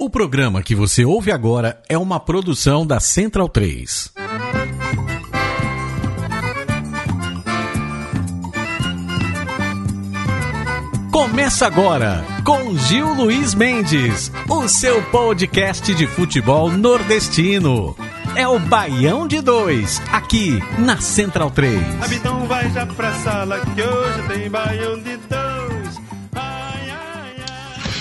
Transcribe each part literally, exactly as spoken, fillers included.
O programa que você ouve agora é uma produção da Central três. Começa agora com Gil Luiz Mendes, o seu podcast de futebol nordestino. É o Baião de Dois, aqui na Central três. Então vai já pra sala que hoje tem Baião de Dois. Ai, ai, ai.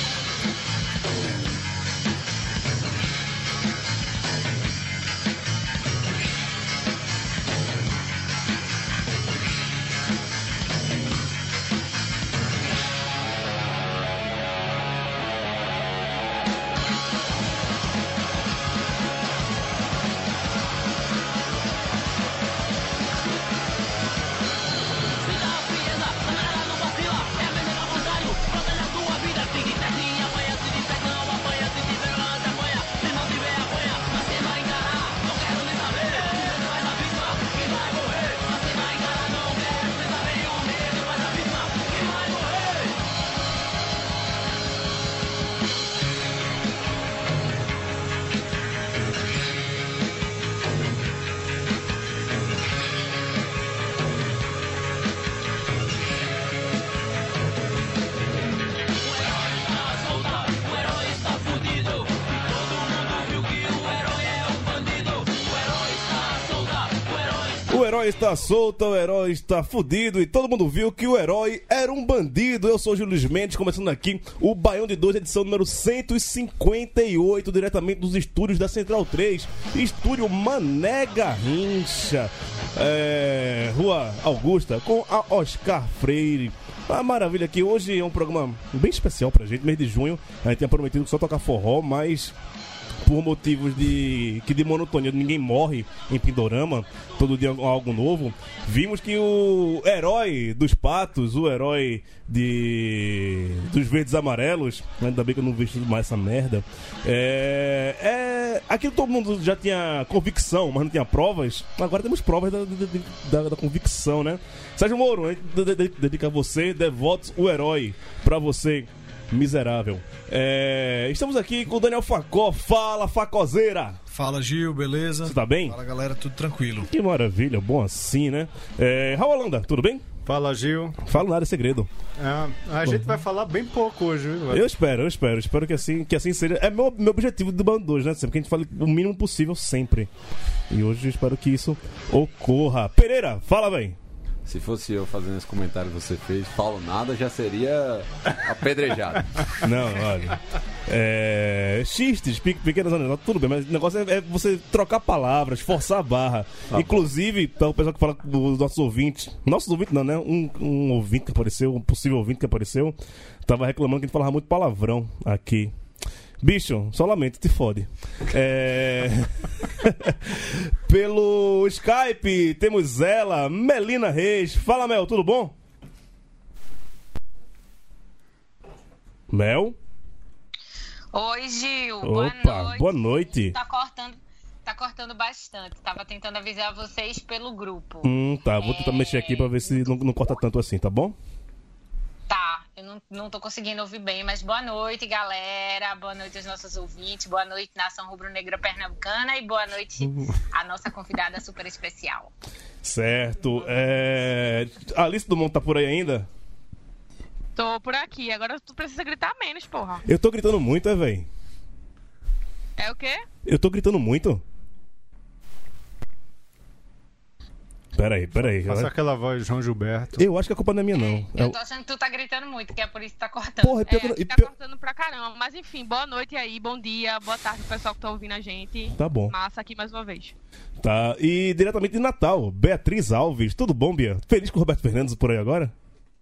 O herói está solto, o herói está fudido e todo mundo viu que o herói era um bandido. Eu sou o Gil Luiz Mendes, começando aqui o Baião de Dois, edição número cento e cinquenta e oito, diretamente dos estúdios da Central três, estúdio Mané Garrincha, é, Rua Augusta, com a Oscar Freire. A maravilha aqui, hoje é um programa bem especial pra gente, mês de junho. A gente tinha prometido só tocar forró, mas por motivos de que de monotonia, ninguém morre em Pindorama, todo dia algo novo, vimos que o herói dos patos, o herói de dos verdes e amarelos, ainda bem que eu não vejo mais essa merda, é, é aquilo que todo mundo já tinha convicção, mas não tinha provas. Agora temos provas da, da, da convicção, né? Sérgio Moro, a gente dedica a você, devotos o herói pra você, miserável. É, estamos aqui com o Daniel Facó. Fala, Facozeira! Fala, Gil, beleza? Você tá bem? Fala, galera, tudo tranquilo. Que maravilha, bom assim, né? É, Raul Holanda, tudo bem? Fala, Gil. Fala nada, é segredo. É, a gente vai falar bem pouco hoje, viu? Eu espero, eu espero. Espero que assim, que assim seja. É meu, meu objetivo do Bando dois, né? Sempre que a gente fale o mínimo possível, sempre. E hoje eu espero que isso ocorra. Pereira, fala, bem. Se fosse eu fazendo esse comentário que você fez, falo nada, já seria apedrejado. Não, olha. É. Xistes, pequenas anedotas, tudo bem, mas o negócio é, é você trocar palavras, forçar a barra. Tá. Inclusive, tá, o pessoal que fala dos nossos ouvintes. Nossos ouvintes não, né? Um, um ouvinte que apareceu, um possível ouvinte que apareceu, tava reclamando que a gente falava muito palavrão aqui. Bicho, só lamento, te fode. É... Pelo Skype temos ela, Melina Reis. Fala, Mel, tudo bom? Mel? Oi, Gil. Opa, boa noite. Boa noite. Tá cortando, tá cortando bastante. Tava tentando avisar vocês pelo grupo. Hum, tá. Vou tentar é... mexer aqui pra ver se não, não corta tanto assim, tá bom? Tá. Eu não, não tô conseguindo ouvir bem, mas boa noite, galera. Boa noite aos nossos ouvintes. Boa noite, Nação Rubro-Negra Pernambucana. E boa noite à nossa convidada super especial. Certo. É... A Alice do Monte tá por aí ainda? Tô por aqui. Agora tu precisa gritar menos, porra. Eu tô gritando muito, é, véi? É o quê? Eu tô gritando muito? Peraí, peraí. Faça aquela voz de João Gilberto. Eu acho que a culpa não é minha, não. É, eu tô achando que tu tá gritando muito, que é por isso que tá cortando. Porra, é pior que É, eu... tá pior... cortando pra caramba. Mas enfim, boa noite aí, bom dia, boa tarde pro pessoal que tá ouvindo a gente. Tá bom. Massa aqui mais uma vez. Tá, e diretamente de Natal, Beatriz Alves. Tudo bom, Bia? Feliz com o Roberto Fernandes por aí agora?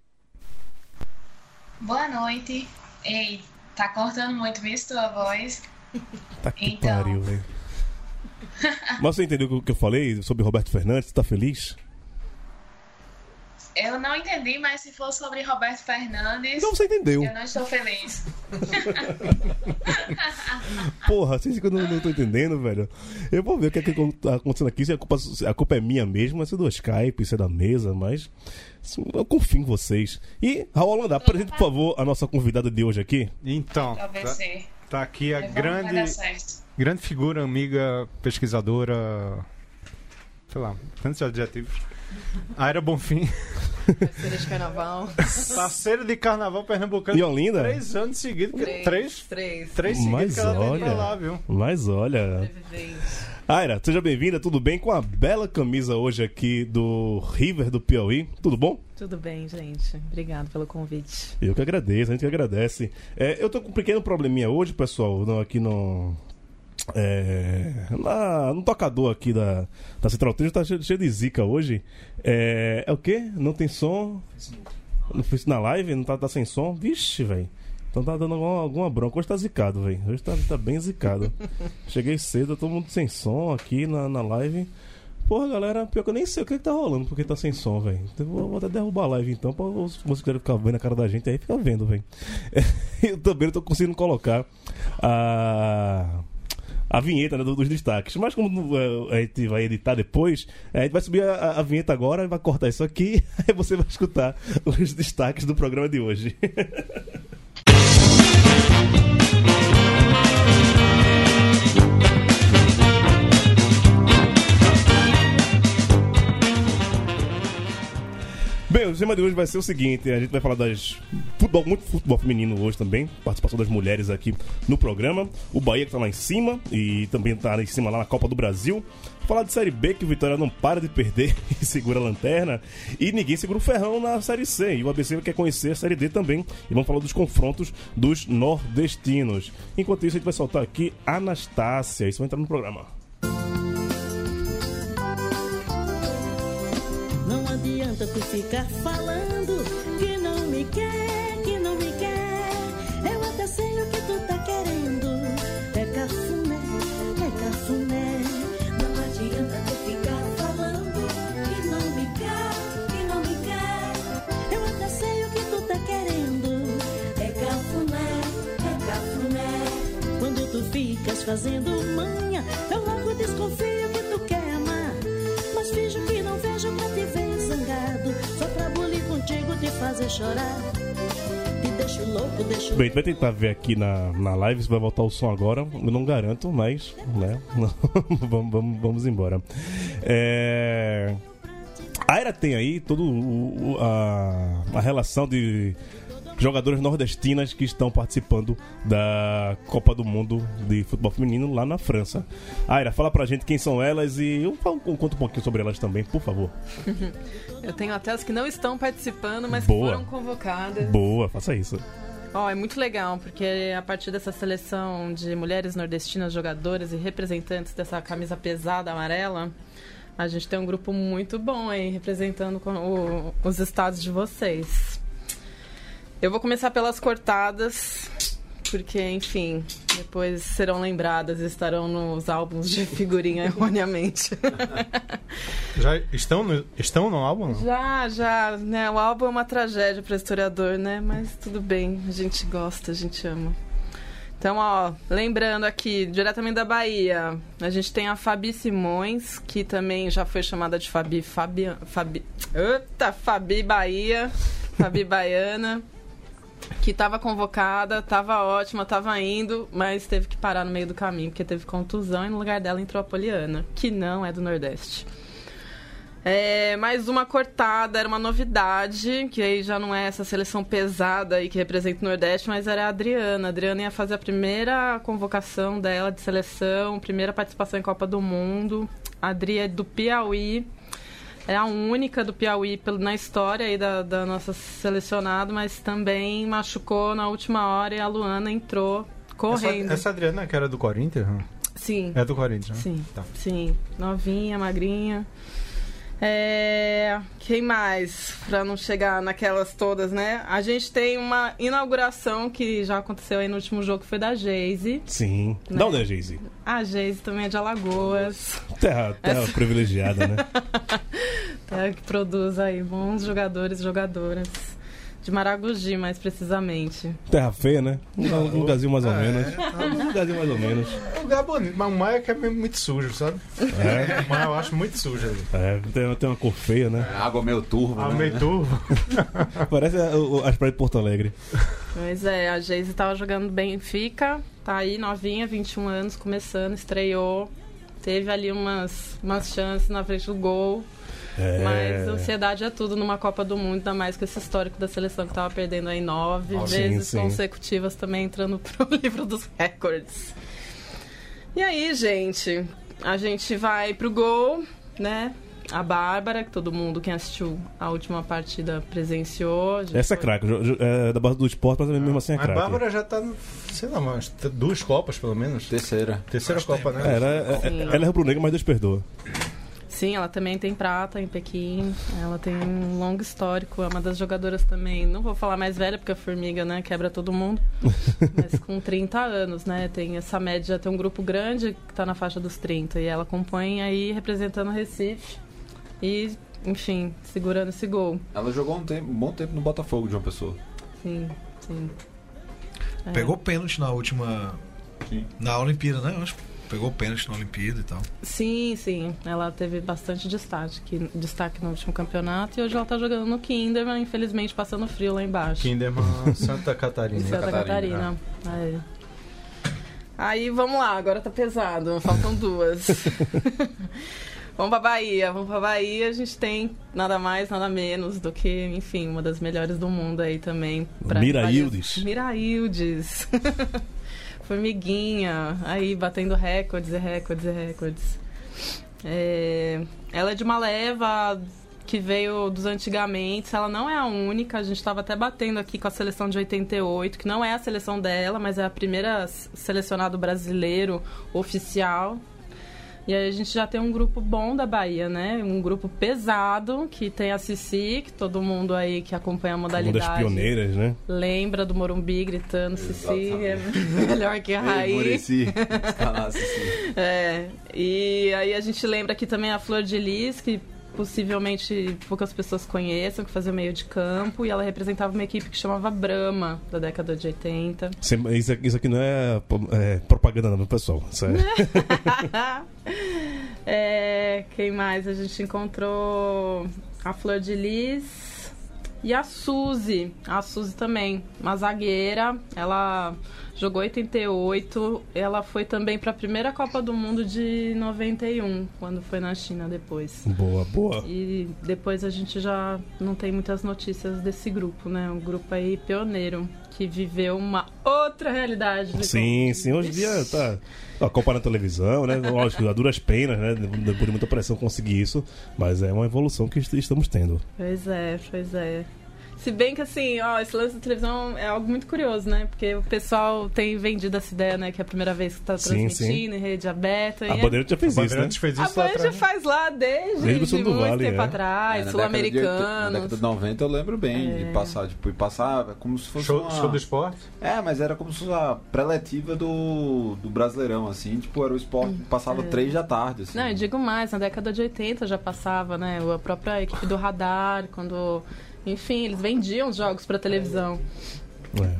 Boa noite. Ei, tá cortando muito, viu, tua voz? Tá que então... pariu, velho. Mas você entendeu o que eu falei sobre Roberto Fernandes? Você tá feliz? Eu não entendi, mas se for sobre Roberto Fernandes... Então você entendeu. Eu não estou feliz. Porra, vocês que eu não, não tô entendendo, velho. Eu vou ver o que, é que tá acontecendo aqui. Se a culpa, a culpa é minha mesmo, se é do Skype, se é da mesa, mas eu confio em vocês. E, Raul Holanda, apresente, por favor, a nossa convidada de hoje aqui. Então, Talvez ser. Tá aqui a Vai dar grande, certo. grande figura, amiga, pesquisadora, sei lá, tantos adjetivos. Aira Bonfim. Parceira de carnaval. Parceira de carnaval pernambucano. E Olinda? Três anos seguidos. Três. Três? Três. Três seguidos Mas que ela tem pra olha, lá, viu? mas olha... Aira, seja bem-vinda, tudo bem? Com a bela camisa hoje aqui do River do Piauí, tudo bom? Tudo bem, gente. Obrigado pelo convite. Eu que agradeço, a gente que agradece. É, eu tô com um pequeno probleminha hoje, pessoal, no, aqui no... É, na, no tocador aqui da, da Central três tá cheio, cheio de zica hoje. É, é o quê? Não tem som? Não fiz na live? Não tá, tá sem som? Vixe, velho. Então tá dando alguma, alguma bronca. Hoje tá zicado, velho. Hoje tá, tá bem zicado. Cheguei cedo, todo mundo sem som aqui na, na live. Porra, galera, pior que eu nem sei o que, que tá rolando porque tá sem som, velho. Então, vou, vou até derrubar a live então, pra os vocês quiserem ficar vendo a cara da gente aí, fica vendo, velho. Eu também não tô conseguindo colocar a... a vinheta, né, dos destaques. Mas como uh, a gente vai editar depois, a gente vai subir a, a vinheta agora e vai cortar isso aqui. Aí você vai escutar os destaques do programa de hoje. Bem, o tema de hoje vai ser o seguinte: a gente vai falar das futebol, muito futebol feminino hoje também, participação das mulheres aqui no programa. O Bahia que tá lá em cima e também tá lá em cima lá na Copa do Brasil. Falar de Série B, que o Vitória não para de perder e segura a lanterna. E ninguém segura o ferrão na Série C. E o A B C quer conhecer a Série D também. E vamos falar dos confrontos dos nordestinos. Enquanto isso, a gente vai soltar aqui Anastácia. Isso vai entrar no programa. Não adianta tu ficar falando que não me quer, que não me quer. Eu até sei o que tu tá querendo. É cafuné, é cafuné. Não adianta tu ficar falando que não me quer, que não me quer. Eu até sei o que tu tá querendo. É cafuné, é cafuné. Quando tu ficas fazendo manha, eu logo desconfio que tu quer amar. Mas finjo que não vejo pra te ver zangado, só pra bulir contigo, te fazer chorar. Te deixo louco, deixo... Bem, a gente vai tentar ver aqui na, na live se vai voltar o som agora. Eu não garanto, mas, né, vamos, vamos, vamos embora. É... A Aira tem aí toda a, a relação de jogadoras nordestinas que estão participando da Copa do Mundo de futebol feminino lá na França. Aira, fala pra gente quem são elas e eu falo, conto um pouquinho sobre elas também, por favor. Eu tenho até as que não estão participando, mas Boa. que foram convocadas. Boa, faça isso. Ó, oh, é muito legal, porque a partir dessa seleção de mulheres nordestinas jogadoras e representantes dessa camisa pesada amarela, a gente tem um grupo muito bom aí, representando o, os estados de vocês. Eu vou começar pelas cortadas, porque, enfim, depois serão lembradas e estarão nos álbuns de figurinha erroneamente. Já estão no, estão no álbum? Não? Já, já, né? O álbum é uma tragédia para o historiador, né? Mas tudo bem, a gente gosta, a gente ama. Então, ó, lembrando aqui, diretamente da Bahia, a gente tem a Fabi Simões, que também já foi chamada de Fabi... Fabi... Fabi... Eita, Fabi Bahia, Fabi Baiana, que estava convocada, estava ótima, estava indo, mas teve que parar no meio do caminho, porque teve contusão e no lugar dela entrou a Poliana, que não é do Nordeste. É, mais uma cortada, era uma novidade, que aí já não é essa seleção pesada aí que representa o Nordeste, mas era a Adriana. A Adriana ia fazer a primeira convocação dela de seleção, primeira participação em Copa do Mundo. A Adri é do Piauí, é a única do Piauí na história aí da, da nossa selecionada, mas também machucou na última hora e a Luana entrou correndo. Essa, essa Adriana que era do Corinthians? Sim. É do Corinthians, né? Sim, tá. Sim. Novinha, magrinha. É... Quem mais? Pra não chegar naquelas todas, né? A gente tem uma inauguração que já aconteceu aí no último jogo, que foi da Geise. Sim. Né? Da onde é a Geise? A Geise também é de Alagoas. Terra, terra Essa... privilegiada, né? Terra que produz aí bons jogadores e jogadoras. De Maragogi, mais precisamente. Terra feia, né? Um lugarzinho mais ou menos. Um lugarzinho mais ou menos. É um lugar bonito, mas o mar é que é muito sujo, sabe? É. O mar eu acho muito sujo ali. É, tem, tem uma cor feia, né? É, água meio turva. Água né? meio turva. Parece a, a, as praias de Porto Alegre. Pois é, a Geise estava jogando Benfica, tá aí novinha, vinte e um anos, começando, estreou. Teve ali umas, umas chances na frente do gol. É. Mas ansiedade é tudo numa Copa do Mundo, ainda mais com esse histórico da seleção que tava perdendo aí nove Ah, vezes sim, sim. consecutivas, também entrando pro livro dos recordes. E aí, gente, a gente vai pro gol, né? A Bárbara, que todo mundo, quem assistiu a última partida presenciou. A gente Essa é foi- craque, jo- jo- é da base do esporte, mas mesmo assim é A craque. Bárbara já tá, sei lá, umas t- duas Copas pelo menos. Terceira. Terceira Copa, né? É, ela, é, Sim. ela é rubro-negra, mas Deus perdoa. Sim, ela também tem prata em Pequim. Ela tem um longo histórico. É uma das jogadoras também. Não vou falar mais velha, porque a formiga, né, quebra todo mundo. Mas com trinta anos, né? Tem essa média, tem um grupo grande que tá na faixa dos trinta. E ela compõe aí representando o Recife. E, enfim, segurando esse gol. Ela jogou um, tempo, um bom tempo no Botafogo de uma pessoa. Sim, sim. É. Pegou pênalti na última. Sim. Na Olimpíada, né? Eu acho que pegou pênalti na Olimpíada e tal. Sim, sim. Ela teve bastante destaque, que- destaque no último campeonato. E hoje ela tá jogando no Kinderman, infelizmente passando frio lá embaixo. Kinderman, Santa Catarina. Santa Catarina. Aí. Aí, vamos lá, agora tá pesado, faltam duas. Vamos pra Bahia, vamos pra Bahia, a gente tem nada mais, nada menos do que, enfim, uma das melhores do mundo aí também. pra- Miraildes. Miraildes. Formiguinha, aí batendo recordes e recordes e recordes. É, ela é de uma leva que veio dos antigamente, ela não é a única, a gente estava até batendo aqui com a seleção de oitenta e oito, que não é a seleção dela, mas é a primeira s- selecionado brasileiro oficial. E aí a gente já tem um grupo bom da Bahia, né? Um grupo pesado, que tem a Cici, que todo mundo aí que acompanha a Uma modalidade das pioneiras, né? lembra do Morumbi gritando, Cici é melhor que a Ei, Raí. Muricy. Tá lá, Cici. É, e aí a gente lembra aqui também a Flor de Lis, que possivelmente poucas pessoas conheçam, que fazia meio de campo, e ela representava uma equipe que chamava Brahma, da década de oitenta. Sem- Isso aqui, isso aqui não é, é, propaganda não, pessoal. Isso é... É, quem mais? A gente encontrou a Flor de Lis e a Suzy. A Suzy também, uma zagueira. Ela jogou oitenta e oito. Ela foi também para a primeira Copa do Mundo de noventa e um, quando foi na China depois. Boa, boa. E depois a gente já não tem muitas notícias desse grupo, né? Um grupo aí pioneiro, que viveu uma outra realidade. né? Sim, sim, hoje em dia tá a Copa na televisão, né? Lógico, a duras penas, né? Depois de muita pressão conseguir isso, mas é uma evolução que est- estamos tendo. Pois é, pois é. Se bem que, assim, ó, esse lance da televisão é algo muito curioso, né? Porque o pessoal tem vendido essa ideia, né? Que é a primeira vez que tá Sim, transmitindo em rede aberta. A e é- Bandeira já fez A isso, né? Bandeirantes fez A isso lá Band já atrás. faz lá desde, Desde o Sul do muito Vale, tempo é. atrás, É, na década de oitenta- Na sul-americanos. década de noventa eu lembro bem É. de passar, tipo, e passava como se fosse Show, uma... show do esporte? É, mas era como se fosse a pré-letiva do, do Brasileirão, assim, tipo, era o esporte, passava três da tarde, assim. Não, eu digo mais, na década de oitenta já passava, né? A própria equipe do Radar, quando... Enfim, eles vendiam os jogos pra televisão. É.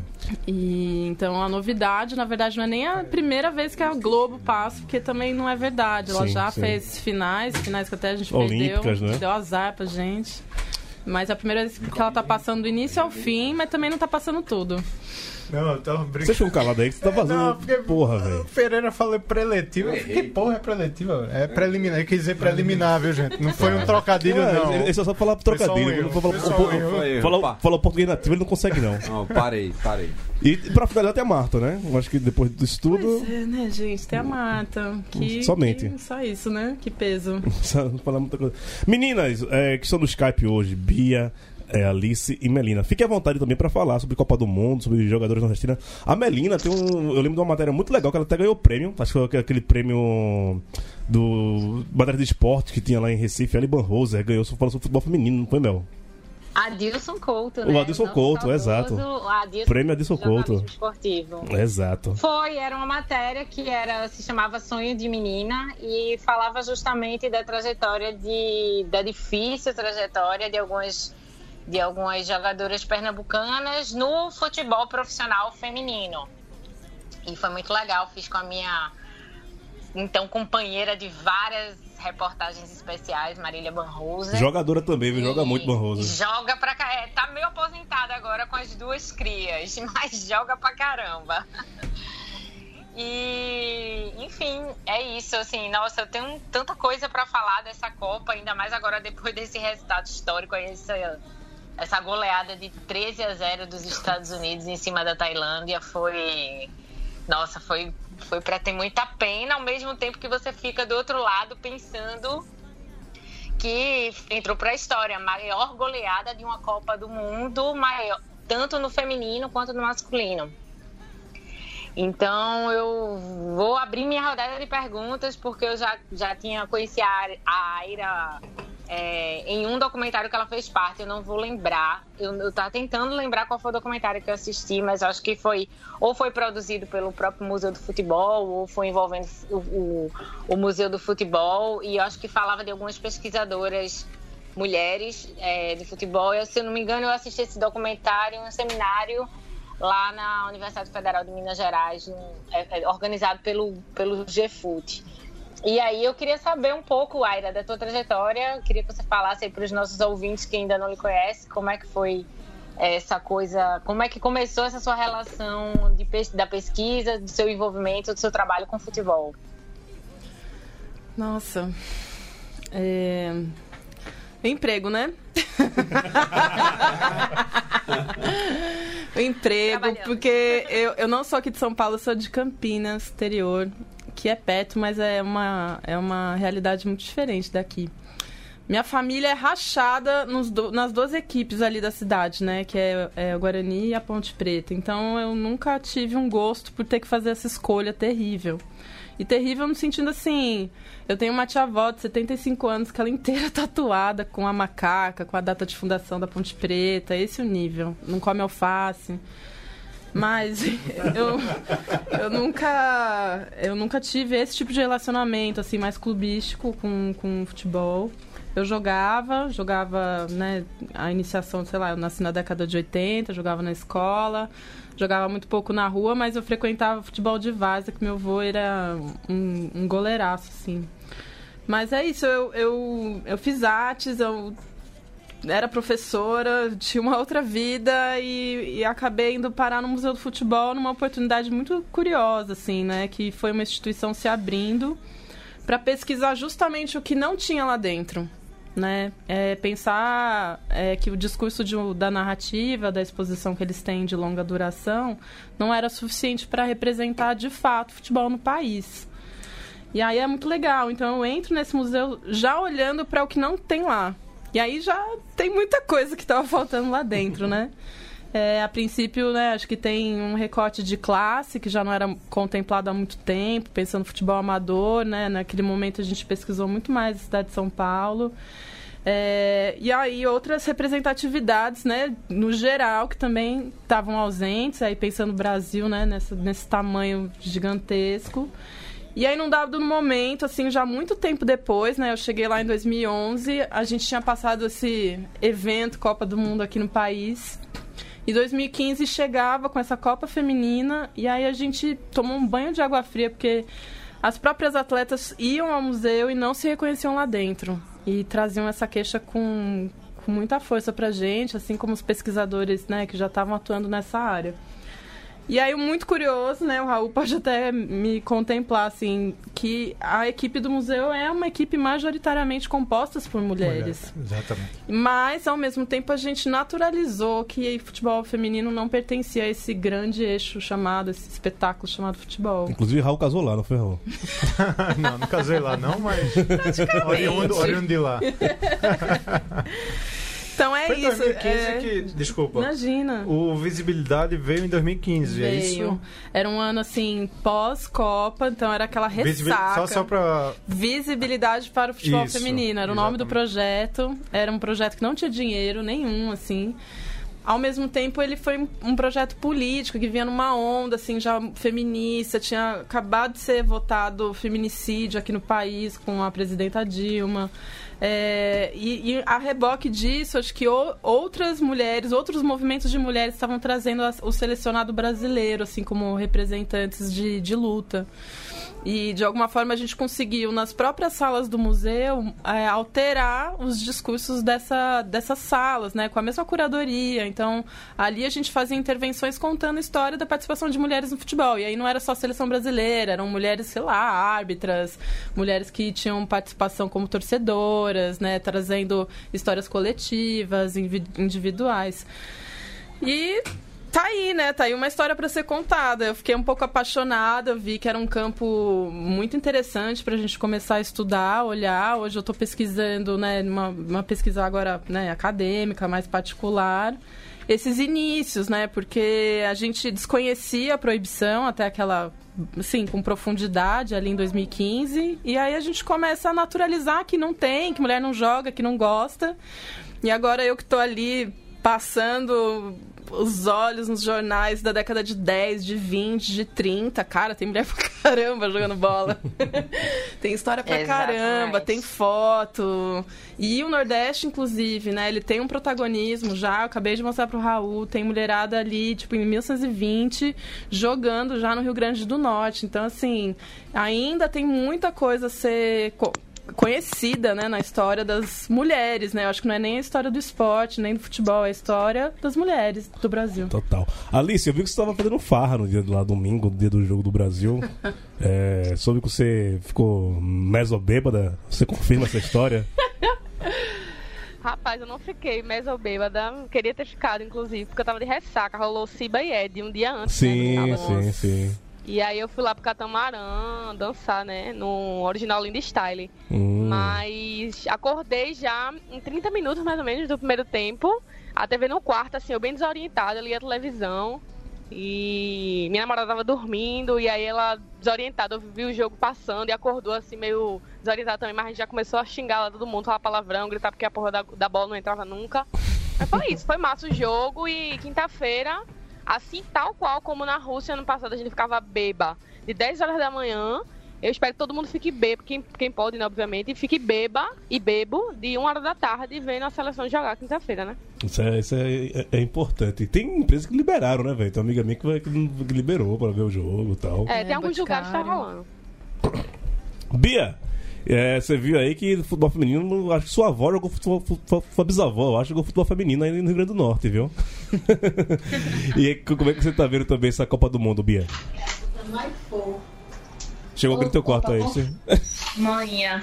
E então a novidade, na verdade, não é nem a primeira vez que a Globo passa, porque também não é verdade. Ela Sim, já sim. fez finais, finais que até a gente Olímpicas, perdeu, né? deu azar pra gente. Mas é a primeira vez que ela tá passando do início ao fim, mas também não tá passando tudo. Não, eu tava brincando. Vocês ficam calados aí que você tá fazendo. Não, porque Porra, o velho. Pereira falou preletiva. Eu fiquei, porra, é preletiva? É preliminar. Eu quis dizer preliminar, viu, gente? Não foi um trocadilho, Ué, não. ele, ele só sabe falar Foi só um trocadilho. erro, Não fala- foi só um fala- erro. Foi erro, fala- pá. Fala português nativo, ele não consegue, não. Não, parei, parei. E pra finalizar tem a Marta, né? Eu acho que depois disso tudo. Pois é, né, gente? Tem a Marta. Que, Somente. que- só isso, né? Que peso. Não falar muita coisa. Meninas, é, que estão no Skype hoje, Bia, é, Alice e Melina. Fique à vontade também pra falar sobre Copa do Mundo, sobre jogadores nordestinos. A Melina tem um. Eu lembro de uma matéria muito legal que ela até ganhou o prêmio. Acho que foi aquele prêmio do matéria de esporte que tinha lá em Recife. A Liban Roser ganhou, falando sobre futebol feminino, não foi, Mel? Adilson Couto, O né? Adilson Nosso Couto, saudoso exato. Adilson, Prêmio Adilson Couto. jornalismo esportivo. Exato. Foi, era uma matéria que era, se chamava Sonho de Menina e falava justamente da trajetória de, da difícil trajetória de algumas, de algumas jogadoras pernambucanas no futebol profissional feminino. E foi muito legal, fiz com a minha então companheira de várias reportagens especiais, Marília Banrosa. Jogadora também, viu? Joga E muito, Banroso. Joga pra cá. É, tá meio aposentada agora com as duas crias, mas joga pra caramba. E, enfim, é isso, assim, nossa, eu tenho tanta coisa pra falar dessa Copa, ainda mais agora depois desse resultado histórico, aí, essa, essa goleada de treze a zero dos Estados Unidos em cima da Tailândia foi, nossa, foi, foi pra ter muita pena, ao mesmo tempo que você fica do outro lado pensando que entrou pra história, a maior goleada de uma Copa do Mundo, maior, tanto no feminino quanto no masculino. Então, eu vou abrir minha rodada de perguntas, porque eu já, já tinha conhecido a Aira é, em um documentário que ela fez parte, eu não vou lembrar. Eu, eu tava tentando lembrar qual foi o documentário que eu assisti, mas acho que foi, ou foi produzido pelo próprio Museu do Futebol, ou foi envolvendo o, o, o Museu do Futebol, e eu acho que falava de algumas pesquisadoras mulheres é, de futebol. Eu, se eu não me engano, eu assisti esse documentário em um seminário lá na Universidade Federal de Minas Gerais, um, é, é, organizado pelo, pelo G F U T. E aí eu queria saber um pouco, Aira, da tua trajetória, queria que você falasse aí para os nossos ouvintes que ainda não lhe conhecem, como é que foi essa coisa, como é que começou essa sua relação de, da pesquisa, do seu envolvimento, do seu trabalho com futebol. Nossa, é... emprego, né? O emprego, porque eu, eu não sou aqui de São Paulo, eu sou de Campinas, interior, que é perto, mas é uma, é uma realidade muito diferente daqui. Minha família é rachada nos do, nas duas equipes ali da cidade, né? Que é, é o Guarani e a Ponte Preta. Então, eu nunca tive um gosto por ter que fazer essa escolha terrível. E terrível no sentido assim, eu tenho uma tia-avó de setenta e cinco anos que ela inteira tatuada com a macaca, com a data de fundação da Ponte Preta, esse é o nível. Não come alface. Mas eu, eu, nunca, eu nunca tive esse tipo de relacionamento assim, mais clubístico com, com futebol. Eu jogava, jogava, né, a iniciação, sei lá, eu nasci na década de oitenta, jogava na escola, jogava muito pouco na rua, mas eu frequentava futebol de várzea, que meu avô era um, um goleiraço, assim. Mas é isso, eu, eu, eu fiz artes, eu era professora, tinha uma outra vida e, e acabei indo parar no Museu do Futebol numa oportunidade muito curiosa, assim, né, que foi uma instituição se abrindo para pesquisar justamente o que não tinha lá dentro. Né? É, pensar é, que o discurso de, da narrativa, da exposição que eles têm de longa duração, não era suficiente para representar de fato o futebol no país. E aí é muito legal. Então eu entro nesse museu já olhando para o que não tem lá. E aí já tem muita coisa que estava faltando lá dentro, né? É, a princípio, né, acho que tem um recorte de classe que já não era contemplado há muito tempo, pensando no futebol amador, né? Naquele momento a gente pesquisou muito mais a cidade de São Paulo. É, e aí outras representatividades, né, no geral, que também estavam ausentes, aí pensando no Brasil, né, nessa, nesse tamanho gigantesco. E aí, num dado momento, assim, já muito tempo depois, né, eu cheguei lá em dois mil e onze, a gente tinha passado esse evento Copa do Mundo aqui no país. Em dois mil e quinze chegava com essa Copa Feminina e aí a gente tomou um banho de água fria, porque as próprias atletas iam ao museu e não se reconheciam lá dentro. E traziam essa queixa com, com muita força pra gente, assim como os pesquisadores, né, que já estavam atuando nessa área. E aí, muito curioso, né, o Raul pode até me contemplar, assim, que a equipe do museu é uma equipe majoritariamente composta por mulheres. Mulher, exatamente. Mas, ao mesmo tempo, a gente naturalizou que futebol feminino não pertencia a esse grande eixo chamado, esse espetáculo chamado futebol. Inclusive, Raul casou lá, não foi, Raul? Não, não casei lá, não, mas oriundo, oriundo de lá. Então é Foi em isso. dois mil e quinze é... que, desculpa. Imagina. O Visibilidade veio em dois mil e quinze, veio. É isso? Era um ano assim, pós-Copa, então era aquela ressaca. Visibil... Só, só pra... Visibilidade para o futebol isso, feminino. Era exatamente. o nome do projeto. Era um projeto que não tinha dinheiro nenhum, assim. Ao mesmo tempo, ele foi um projeto político que vinha numa onda, assim, já feminista. Tinha acabado de ser votado feminicídio aqui no país com a presidenta Dilma. É, e, e a reboque disso, acho que o, outras mulheres, outros movimentos de mulheres estavam trazendo a, o selecionado brasileiro, assim, como representantes de, de luta. E, de alguma forma, a gente conseguiu, nas próprias salas do museu, é, alterar os discursos dessa, dessas salas, né? Com a mesma curadoria. Então, ali a gente fazia intervenções contando a história da participação de mulheres no futebol. E aí não era só a seleção brasileira, eram mulheres, sei lá, árbitras, mulheres que tinham participação como torcedoras, né? Trazendo histórias coletivas, individuais. E... tá aí, né? Tá aí uma história para ser contada. Eu fiquei um pouco apaixonada, vi que era um campo muito interessante pra gente começar a estudar, olhar. Hoje eu tô pesquisando, né, uma, uma pesquisa agora, né, acadêmica, mais particular, esses inícios, né? Porque a gente desconhecia a proibição até aquela, assim, com profundidade ali em dois mil e quinze, e aí a gente começa a naturalizar que não tem, que mulher não joga, que não gosta. E agora eu que tô ali passando os olhos nos jornais da década de dez, de vinte, de trinta. Cara, tem mulher pra caramba jogando bola. Tem história pra Exatamente. caramba, tem foto. E o Nordeste, inclusive, né? Ele tem um protagonismo já. Eu acabei de mostrar pro Raul. Tem mulherada ali, tipo, em mil novecentos e vinte, jogando já no Rio Grande do Norte. Então, assim, ainda tem muita coisa a ser... conhecida, né, na história das mulheres, né? Eu acho que não é nem a história do esporte, nem do futebol, é a história das mulheres do Brasil. Total. Alice, eu vi que você estava fazendo farra no dia lá domingo, no dia do jogo do Brasil. É, soube que você ficou mesobêbada. Você confirma essa história? Rapaz, eu não fiquei mesobêbada. Queria ter ficado, inclusive, porque eu tava de ressaca. Rolou Ciba e Ed um dia antes. Sim, né, sim, sim. E aí eu fui lá pro Catamarã dançar, né? No original Linda Style. Hum. Mas acordei já em trinta minutos, mais ou menos, do primeiro tempo. A T V no quarto, assim, eu bem desorientada, eu li a televisão. E minha namorada tava dormindo, e aí ela, desorientada, eu vi o jogo passando e acordou, assim, meio desorientada também. Mas a gente já começou a xingar lá todo mundo, falar palavrão, gritar porque a porra da, da bola não entrava nunca. Mas foi isso, foi massa o jogo. E quinta-feira... assim, tal qual como na Rússia, ano passado, a gente ficava beba de dez horas da manhã. Eu espero que todo mundo fique bebo, quem, quem pode, né, obviamente, fique beba e bebo de uma hora da tarde vendo a seleção jogar quinta-feira, né? Isso, é, isso é, é, é importante. Tem empresas que liberaram, né, velho? Tem uma amiga minha que, vai, que liberou pra ver o jogo e tal. É, tem é, alguns lugares que tá rolando. Bia, é, você viu aí que futebol feminino, acho que sua avó jogou futebol, futebol, sua bisavó, eu acho que jogou futebol feminino aí no Rio Grande do Norte, viu? E como é que você tá vendo também essa Copa do Mundo, Bia? Chegou aqui no teu quarto aí. Você... Manhã.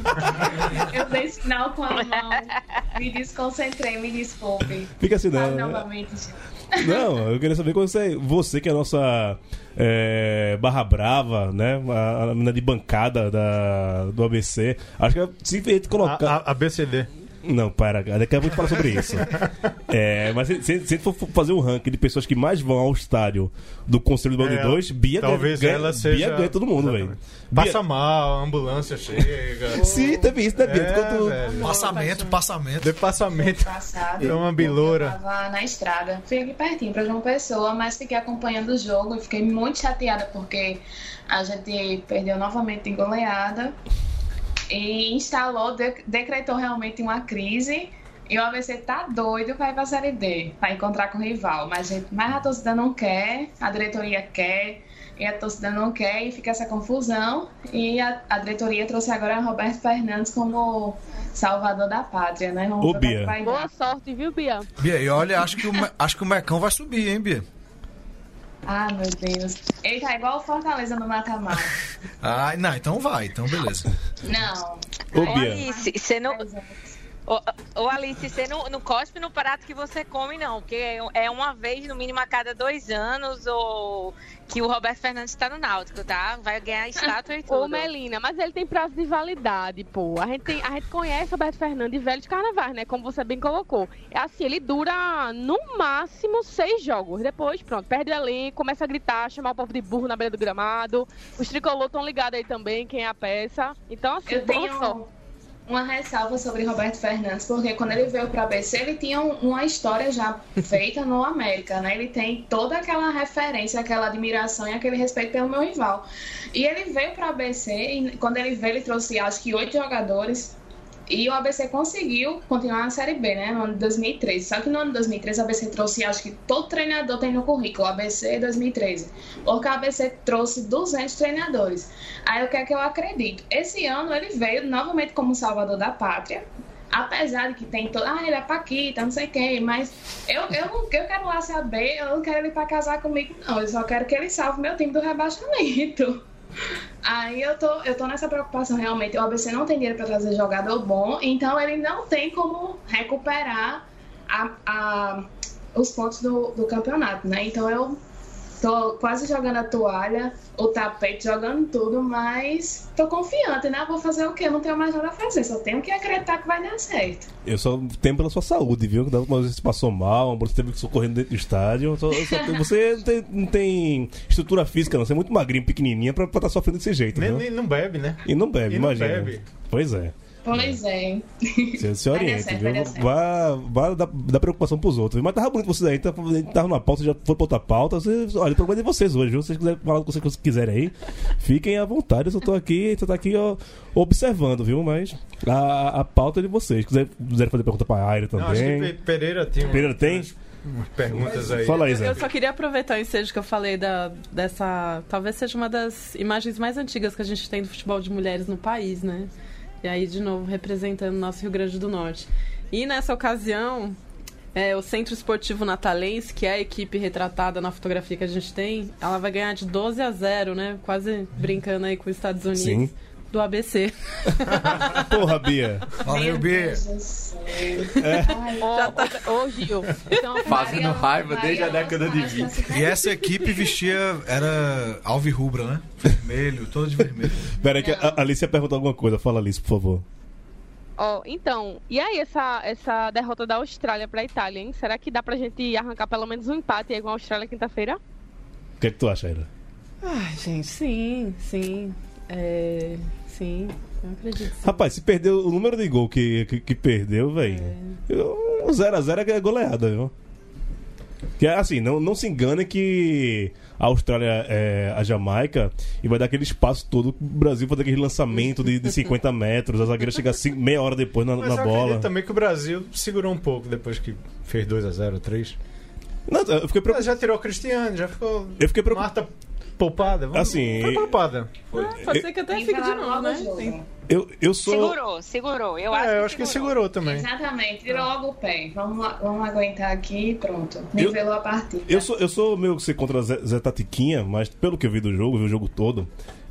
Eu dei sinal com a mão. Me desconcentrei, me desculpe. Fica assim, não. Novamente. Não, eu queria saber quando você, você que é a nossa é, barra brava, né? A, a menina de bancada da, do A B C. Acho que é simplesmente colocar. A, a, a B C D. Não, para, daqui a pouco falar sobre isso. É, mas se, se, se for fazer um ranking de pessoas que mais vão ao estádio do Conselho do Bando de Dois, Bia talvez ganha, ela seja... Bia ganha todo mundo, velho. Passa Bia... mal, a ambulância chega. Sim, teve isso, né, Bia? É, Quando... Passamento, passamento. De passamento. Passado, é uma biloura. Eu tava na estrada. Fui aqui pertinho pra João Pessoa, mas fiquei acompanhando o jogo e fiquei muito chateada porque a gente perdeu novamente em goleada. E instalou, de, decretou realmente uma crise. E o A B C tá doido pra ir pra Série D, pra encontrar com o rival. Mas, gente, mas a torcida não quer, a diretoria quer, e a torcida não quer, e fica essa confusão. E a, a diretoria trouxe agora o Roberto Fernandes como salvador da pátria, né? Vamos Ô, Bia. Boa sorte, viu, Bia? Bia, e olha, acho que, o, acho que o Mecão vai subir, hein, Bia? Ah, meu Deus. Ele tá igual o Fortaleza no mata-mata. Ah, não, então vai, então beleza. Não. Ô, Ô, Bia. Alice, você não... Ô, ô, Alice, você não, não cospe no prato que você come, não. Porque é uma vez, no mínimo, a cada dois anos, ou... que o Roberto Fernandes tá no Náutico, tá? Vai ganhar estátua e tudo. Ô, Melina, mas ele tem prazo de validade, pô. A gente, tem, a gente conhece o Roberto Fernandes velho de carnaval, né? Como você bem colocou. É assim, ele dura, no máximo, seis jogos. Depois, pronto, perde o elenco, começa a gritar, chamar o povo de burro na beira do gramado. Os tricolor estão ligados aí também, quem é a peça. Então, assim, eu tenho só. uma ressalva sobre Roberto Fernandes, porque quando ele veio para o A B C, ele tinha uma história já feita no América, né? Ele tem toda aquela referência, aquela admiração e aquele respeito pelo meu rival. E ele veio para o A B C, e quando ele veio, ele trouxe, acho que, oito jogadores. E o A B C conseguiu continuar na Série B, né, no ano de dois mil e treze. Só que no ano de dois mil e treze o A B C trouxe, acho que todo treinador tem no currículo, A B C dois mil e treze. Porque o A B C trouxe duzentos treinadores. Aí o que é que eu acredito? Esse ano ele veio novamente como salvador da pátria. Apesar de que tem todo... Ah, ele é Paquita, não sei quem, mas eu, eu, não, eu quero lá saber, eu não quero ele pra casar comigo, não. Eu só quero que ele salve meu time do rebaixamento. Aí eu tô, eu tô nessa preocupação realmente. O A B C não tem dinheiro pra trazer jogador bom, então ele não tem como recuperar a, a, os pontos do, do campeonato, né? Então eu tô quase jogando a toalha, o tapete, jogando tudo, mas tô confiante, né? Vou fazer o quê? Eu não tenho mais nada a fazer, só tenho que acreditar que vai dar certo. Eu só temo pela sua saúde, viu? Da última vez você passou mal, você teve que socorrendo dentro do estádio. Eu só, eu só tenho, você não tem, não tem estrutura física, não. Você é muito magrinho, pequenininha pra estar sofrendo desse jeito, Nem, viu? nem não bebe, né? E não bebe, E não imagina. bebe. Pois é. Pois é. Você se orienta, certo, viu? vai dar certo. Vá, vá dar, dar preocupação pros outros. Mas tava bonito vocês aí, tava, tava numa pauta, já foi pra outra pauta. Vocês, olha, o problema é de vocês hoje, viu? Se vocês quiserem falar o que vocês quiserem aí, fiquem à vontade. Eu só tô aqui, só tô aqui ó, observando, viu? Mas a, a pauta é de vocês. Se quiser, quiserem fazer pergunta pra Aira também. Não, acho que Pe- Pereira tem, uma- Pereira tem? umas perguntas aí. Fala aí, Eu Zé. só queria aproveitar o ensejo que eu falei da, dessa... Talvez seja uma das imagens mais antigas que a gente tem do futebol de mulheres no país, né? E aí, de novo, representando o nosso Rio Grande do Norte. E nessa ocasião, é, o Centro Esportivo Natalense, que é a equipe retratada na fotografia que a gente tem, ela vai ganhar de doze a zero, né? Quase brincando aí com os Estados Unidos. Sim. Do A B C. Porra, Bia. Valeu, Bia. Ô, tá. ô, Gil. Então, Fazendo raiva desde a década de vinte. E essa equipe vestia, era alvirrubra, né? Vermelho, todo de vermelho. Pera aí que a Alice ia perguntar alguma coisa. Fala, Alice, por favor. Ó, então, e aí essa, essa derrota da Austrália pra Itália, hein? Será que dá pra gente arrancar pelo menos um empate aí com a Austrália quinta-feira? O que é que tu acha, Aira? Ai, gente, sim, sim. É, sim, eu acredito. Sim. Rapaz, se perdeu o número de gol que, que, que perdeu, velho. Um zero a zero é goleada, viu? Que assim, não, não se engane que a Austrália é a Jamaica e vai dar aquele espaço todo pro Brasil fazer aquele lançamento de, de cinquenta metros, a zagueira chega assim, meia hora depois na, Mas na eu bola. acredito também que o Brasil segurou um pouco depois que fez dois a zero, três. Não, eu fiquei preocupado. Já tirou o Cristiano, já ficou. Eu fiquei preocupado. Marta poupada. Vamos... Assim, Foi poupada. Ah, pode ser que até Tem fique que de falar novo, logo né? o jogo. Tem- Eu, eu sou. Segurou, segurou. Eu acho É, eu que acho que segurou. segurou também. Exatamente, tirou logo o pé. Vamos, lá- vamos aguentar aqui e pronto. Nivelou a partida. Eu sou, eu sou meio que ser contra Zé, Zé Tatiquinha, mas pelo que eu vi do jogo, vi o jogo todo,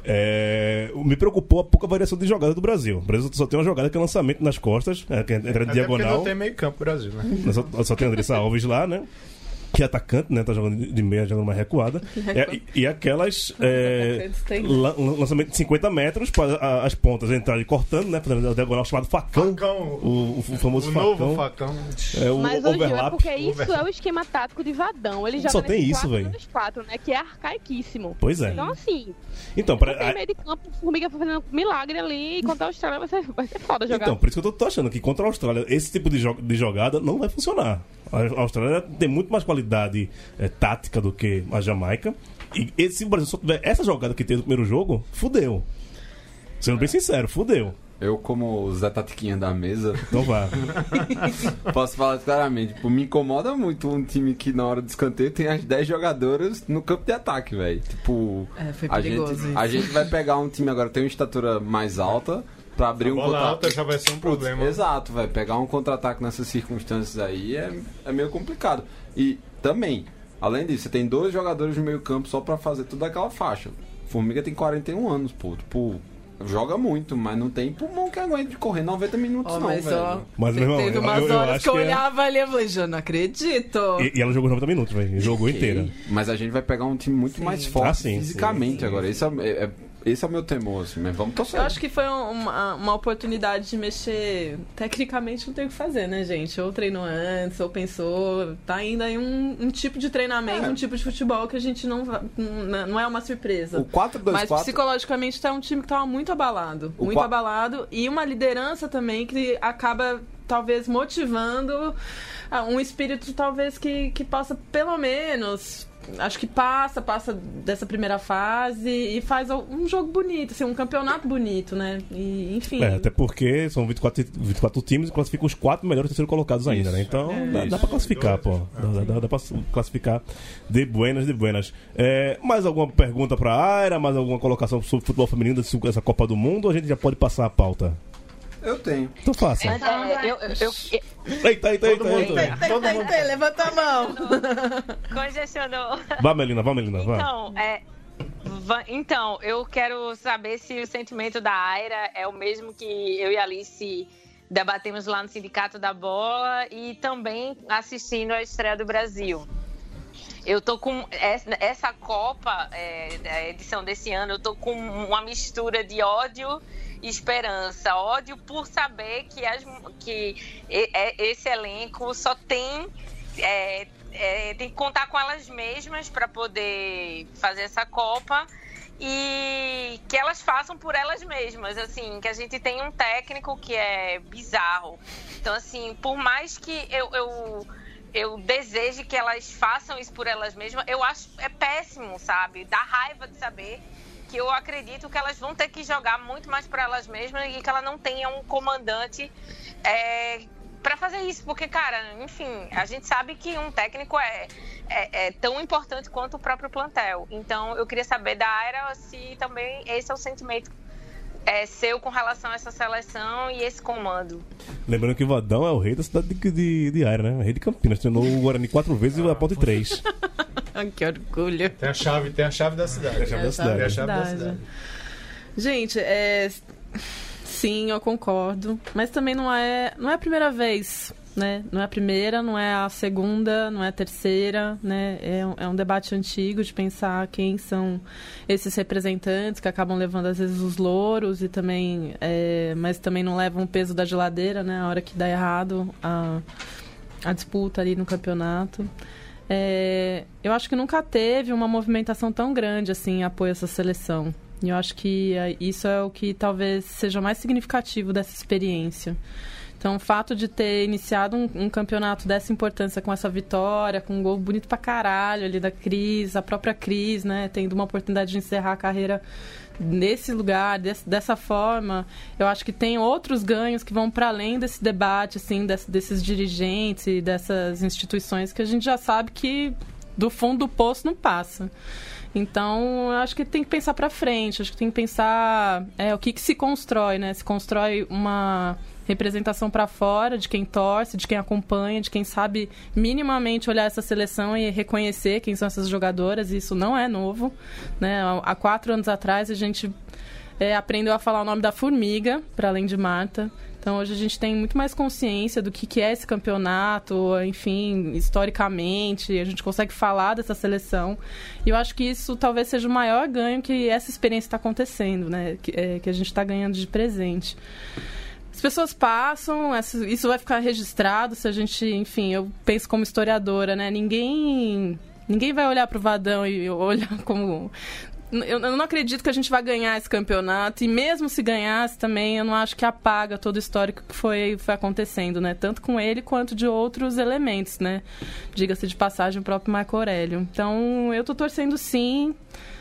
é, me preocupou a pouca variação de jogada do Brasil. O Brasil só tem uma jogada que é lançamento nas costas, é, que entra de Até porque diagonal. não tem meio campo Brasil, né? Só, só tem a Andressa Alves lá, né? Que é atacante, né? Tá jogando de meia, jogando mais recuada. É, e, e aquelas. É, la- lançamento de cinquenta metros para a- as pontas entrarem cortando, né? Fazendo a diagonal chamado facão. Facão. O, o famoso O facão. novo facão. É, o Mas, ô, Gil, é overlap. porque isso é o esquema tático de Vadão. Ele joga Só tem nesse isso, quatro velho. dois quatro, né? Que é arcaiquíssimo. Pois é. Então, assim, Então, não pra, tem meio de campo, Formiga fazendo milagre ali, e contra a Austrália vai ser, vai ser foda jogar. Então, por isso que eu tô, tô achando que contra a Austrália esse tipo de, jo- de jogada não vai funcionar. A Austrália tem muito mais qualidade é, tática do que a Jamaica. E esse, se o Brasil só tiver essa jogada que teve no primeiro jogo, fudeu. Sendo bem sincero, fudeu. Eu, como o Zé Tatiquinha da mesa, Então vá. posso falar claramente. Tipo, me incomoda muito um time que na hora do escanteio tem as dez jogadoras no campo de ataque, velho. Tipo, É, foi a perigoso gente, isso. a gente vai pegar um time agora que tem uma estatura mais alta pra abrir A um bola contra- alta já vai ser um Putz, problema. Exato, vai pegar um contra-ataque nessas circunstâncias aí é, é meio complicado. E também, além disso, você tem dois jogadores no meio campo só pra fazer toda aquela faixa. Formiga tem quarenta e um anos, pô. Tipo, joga muito, mas não tem pulmão que aguente correr noventa minutos Ó, não, mas, velho. ó, Mas, meu irmão, teve eu- umas eu- eu horas acho que eu que é- olhava ali e falei, já não acredito. E, e ela jogou noventa minutos, velho. Jogou Ok, inteira. Mas a gente vai pegar um time muito Sim. mais forte Ah, sim, fisicamente sim, sim. agora. Esse é, é- é- esse é o meu temor, assim, mas vamos torcer. Eu acho que foi um- uma, uma oportunidade de mexer. Tecnicamente não tem o que fazer, né, gente? Ou treinou antes, ou pensou. Tá ainda aí um, um tipo de treinamento, É. um tipo de futebol que a gente não. va- Não, não é uma surpresa. O quatro dois Mas quatro psicologicamente tá um time que tava muito abalado. O muito qua- abalado. E uma liderança também que acaba, talvez, motivando ah, um espírito, talvez, que, que possa, pelo menos, acho que passa, passa dessa primeira fase e faz um jogo bonito, assim, um campeonato bonito, né? E, enfim. É, até porque são vinte e quatro, vinte e quatro times e classificam os quatro melhores terceiros colocados ainda, né? Então É. dá, dá pra classificar, pô. Dá, dá, dá pra classificar de buenas, de buenas. É, mais alguma pergunta pra Aira? Mais alguma colocação sobre futebol feminino dessa Copa do Mundo? Ou a gente já pode passar a pauta? Eu tenho. Então faça. É, eu, eu, eu, Eita, eita, eita, eita. Tem, tem, tem, levanta a mão. congestionou. Vá, Melina, vá, Melina, vá. Então, é, va- então, eu quero saber se o sentimento da Aira é o mesmo que eu e a Alice debatemos lá no Sindicato da Bola e também assistindo a estreia do Brasil. Eu tô com essa, essa Copa, é, a edição desse ano, eu tô com uma mistura de ódio e esperança. Ódio por saber que, as, que esse elenco só tem, é, é, tem que contar com elas mesmas para poder fazer essa Copa e que elas façam por elas mesmas, assim, que a gente tem um técnico que é bizarro. Então, assim, por mais que eu... eu eu desejo que elas façam isso por elas mesmas, eu acho é péssimo, sabe? Dá raiva de saber que eu acredito que elas vão ter que jogar muito mais por elas mesmas e que ela não tenha um comandante é, para fazer isso. Porque, cara, enfim, a gente sabe que um técnico é, é, é tão importante quanto o próprio plantel. Então, eu queria saber da Aira se também esse é o sentimento é, seu com relação a essa seleção e esse comando. Lembrando que o Vadão é o rei da cidade de, de, de Aira, né? O rei de Campinas. Treinou o Guarani quatro vezes e o Aponte três. Que orgulho. Tem a chave, tem a chave da cidade. Tem a chave da cidade. Tem a chave da cidade. Gente, é... sim, eu concordo. Mas também não é, não é a primeira vez, né? Não é a primeira, não é a segunda, não é a terceira, né? É um, é um debate antigo de pensar quem são esses representantes que acabam levando às vezes os louros e também, é... mas também não levam o peso da geladeira, né? A hora que dá errado a, a disputa ali no campeonato. É... Eu acho que nunca teve uma movimentação tão grande assim em apoio a essa seleção. E eu acho que isso é o que talvez seja mais significativo dessa experiência. Então, o fato de ter iniciado um, um campeonato dessa importância com essa vitória, com um gol bonito pra caralho ali da Cris, a própria Cris, né, tendo uma oportunidade de encerrar a carreira nesse lugar, desse, dessa forma, eu acho que tem outros ganhos que vão para além desse debate, assim, desse, desses dirigentes e dessas instituições que a gente já sabe que do fundo do poço não passa. Então, eu acho que tem que pensar para frente, acho que tem que pensar é, o que, que se constrói, né? Se constrói uma representação para fora de quem torce, de quem acompanha, de quem sabe minimamente olhar essa seleção e reconhecer quem são essas jogadoras, e isso não é novo, né? Há quatro anos atrás a gente é, aprendeu a falar o nome da Formiga, para além de Marta. Então, hoje a gente tem muito mais consciência do que, que é esse campeonato, enfim, historicamente, a gente consegue falar dessa seleção. E eu acho que isso talvez seja o maior ganho que essa experiência está acontecendo, né? Que, é, que a gente está ganhando de presente. As pessoas passam, isso vai ficar registrado se a gente, enfim, eu penso como historiadora, né? Ninguém, ninguém vai olhar para o Vadão e olhar como... Eu não acredito que a gente vai ganhar esse campeonato, e mesmo se ganhasse também, eu não acho que apaga todo o histórico que foi, foi acontecendo, né? Tanto com ele quanto de outros elementos, né? Diga-se de passagem, o próprio Marco Aurélio. Então, eu tô torcendo sim.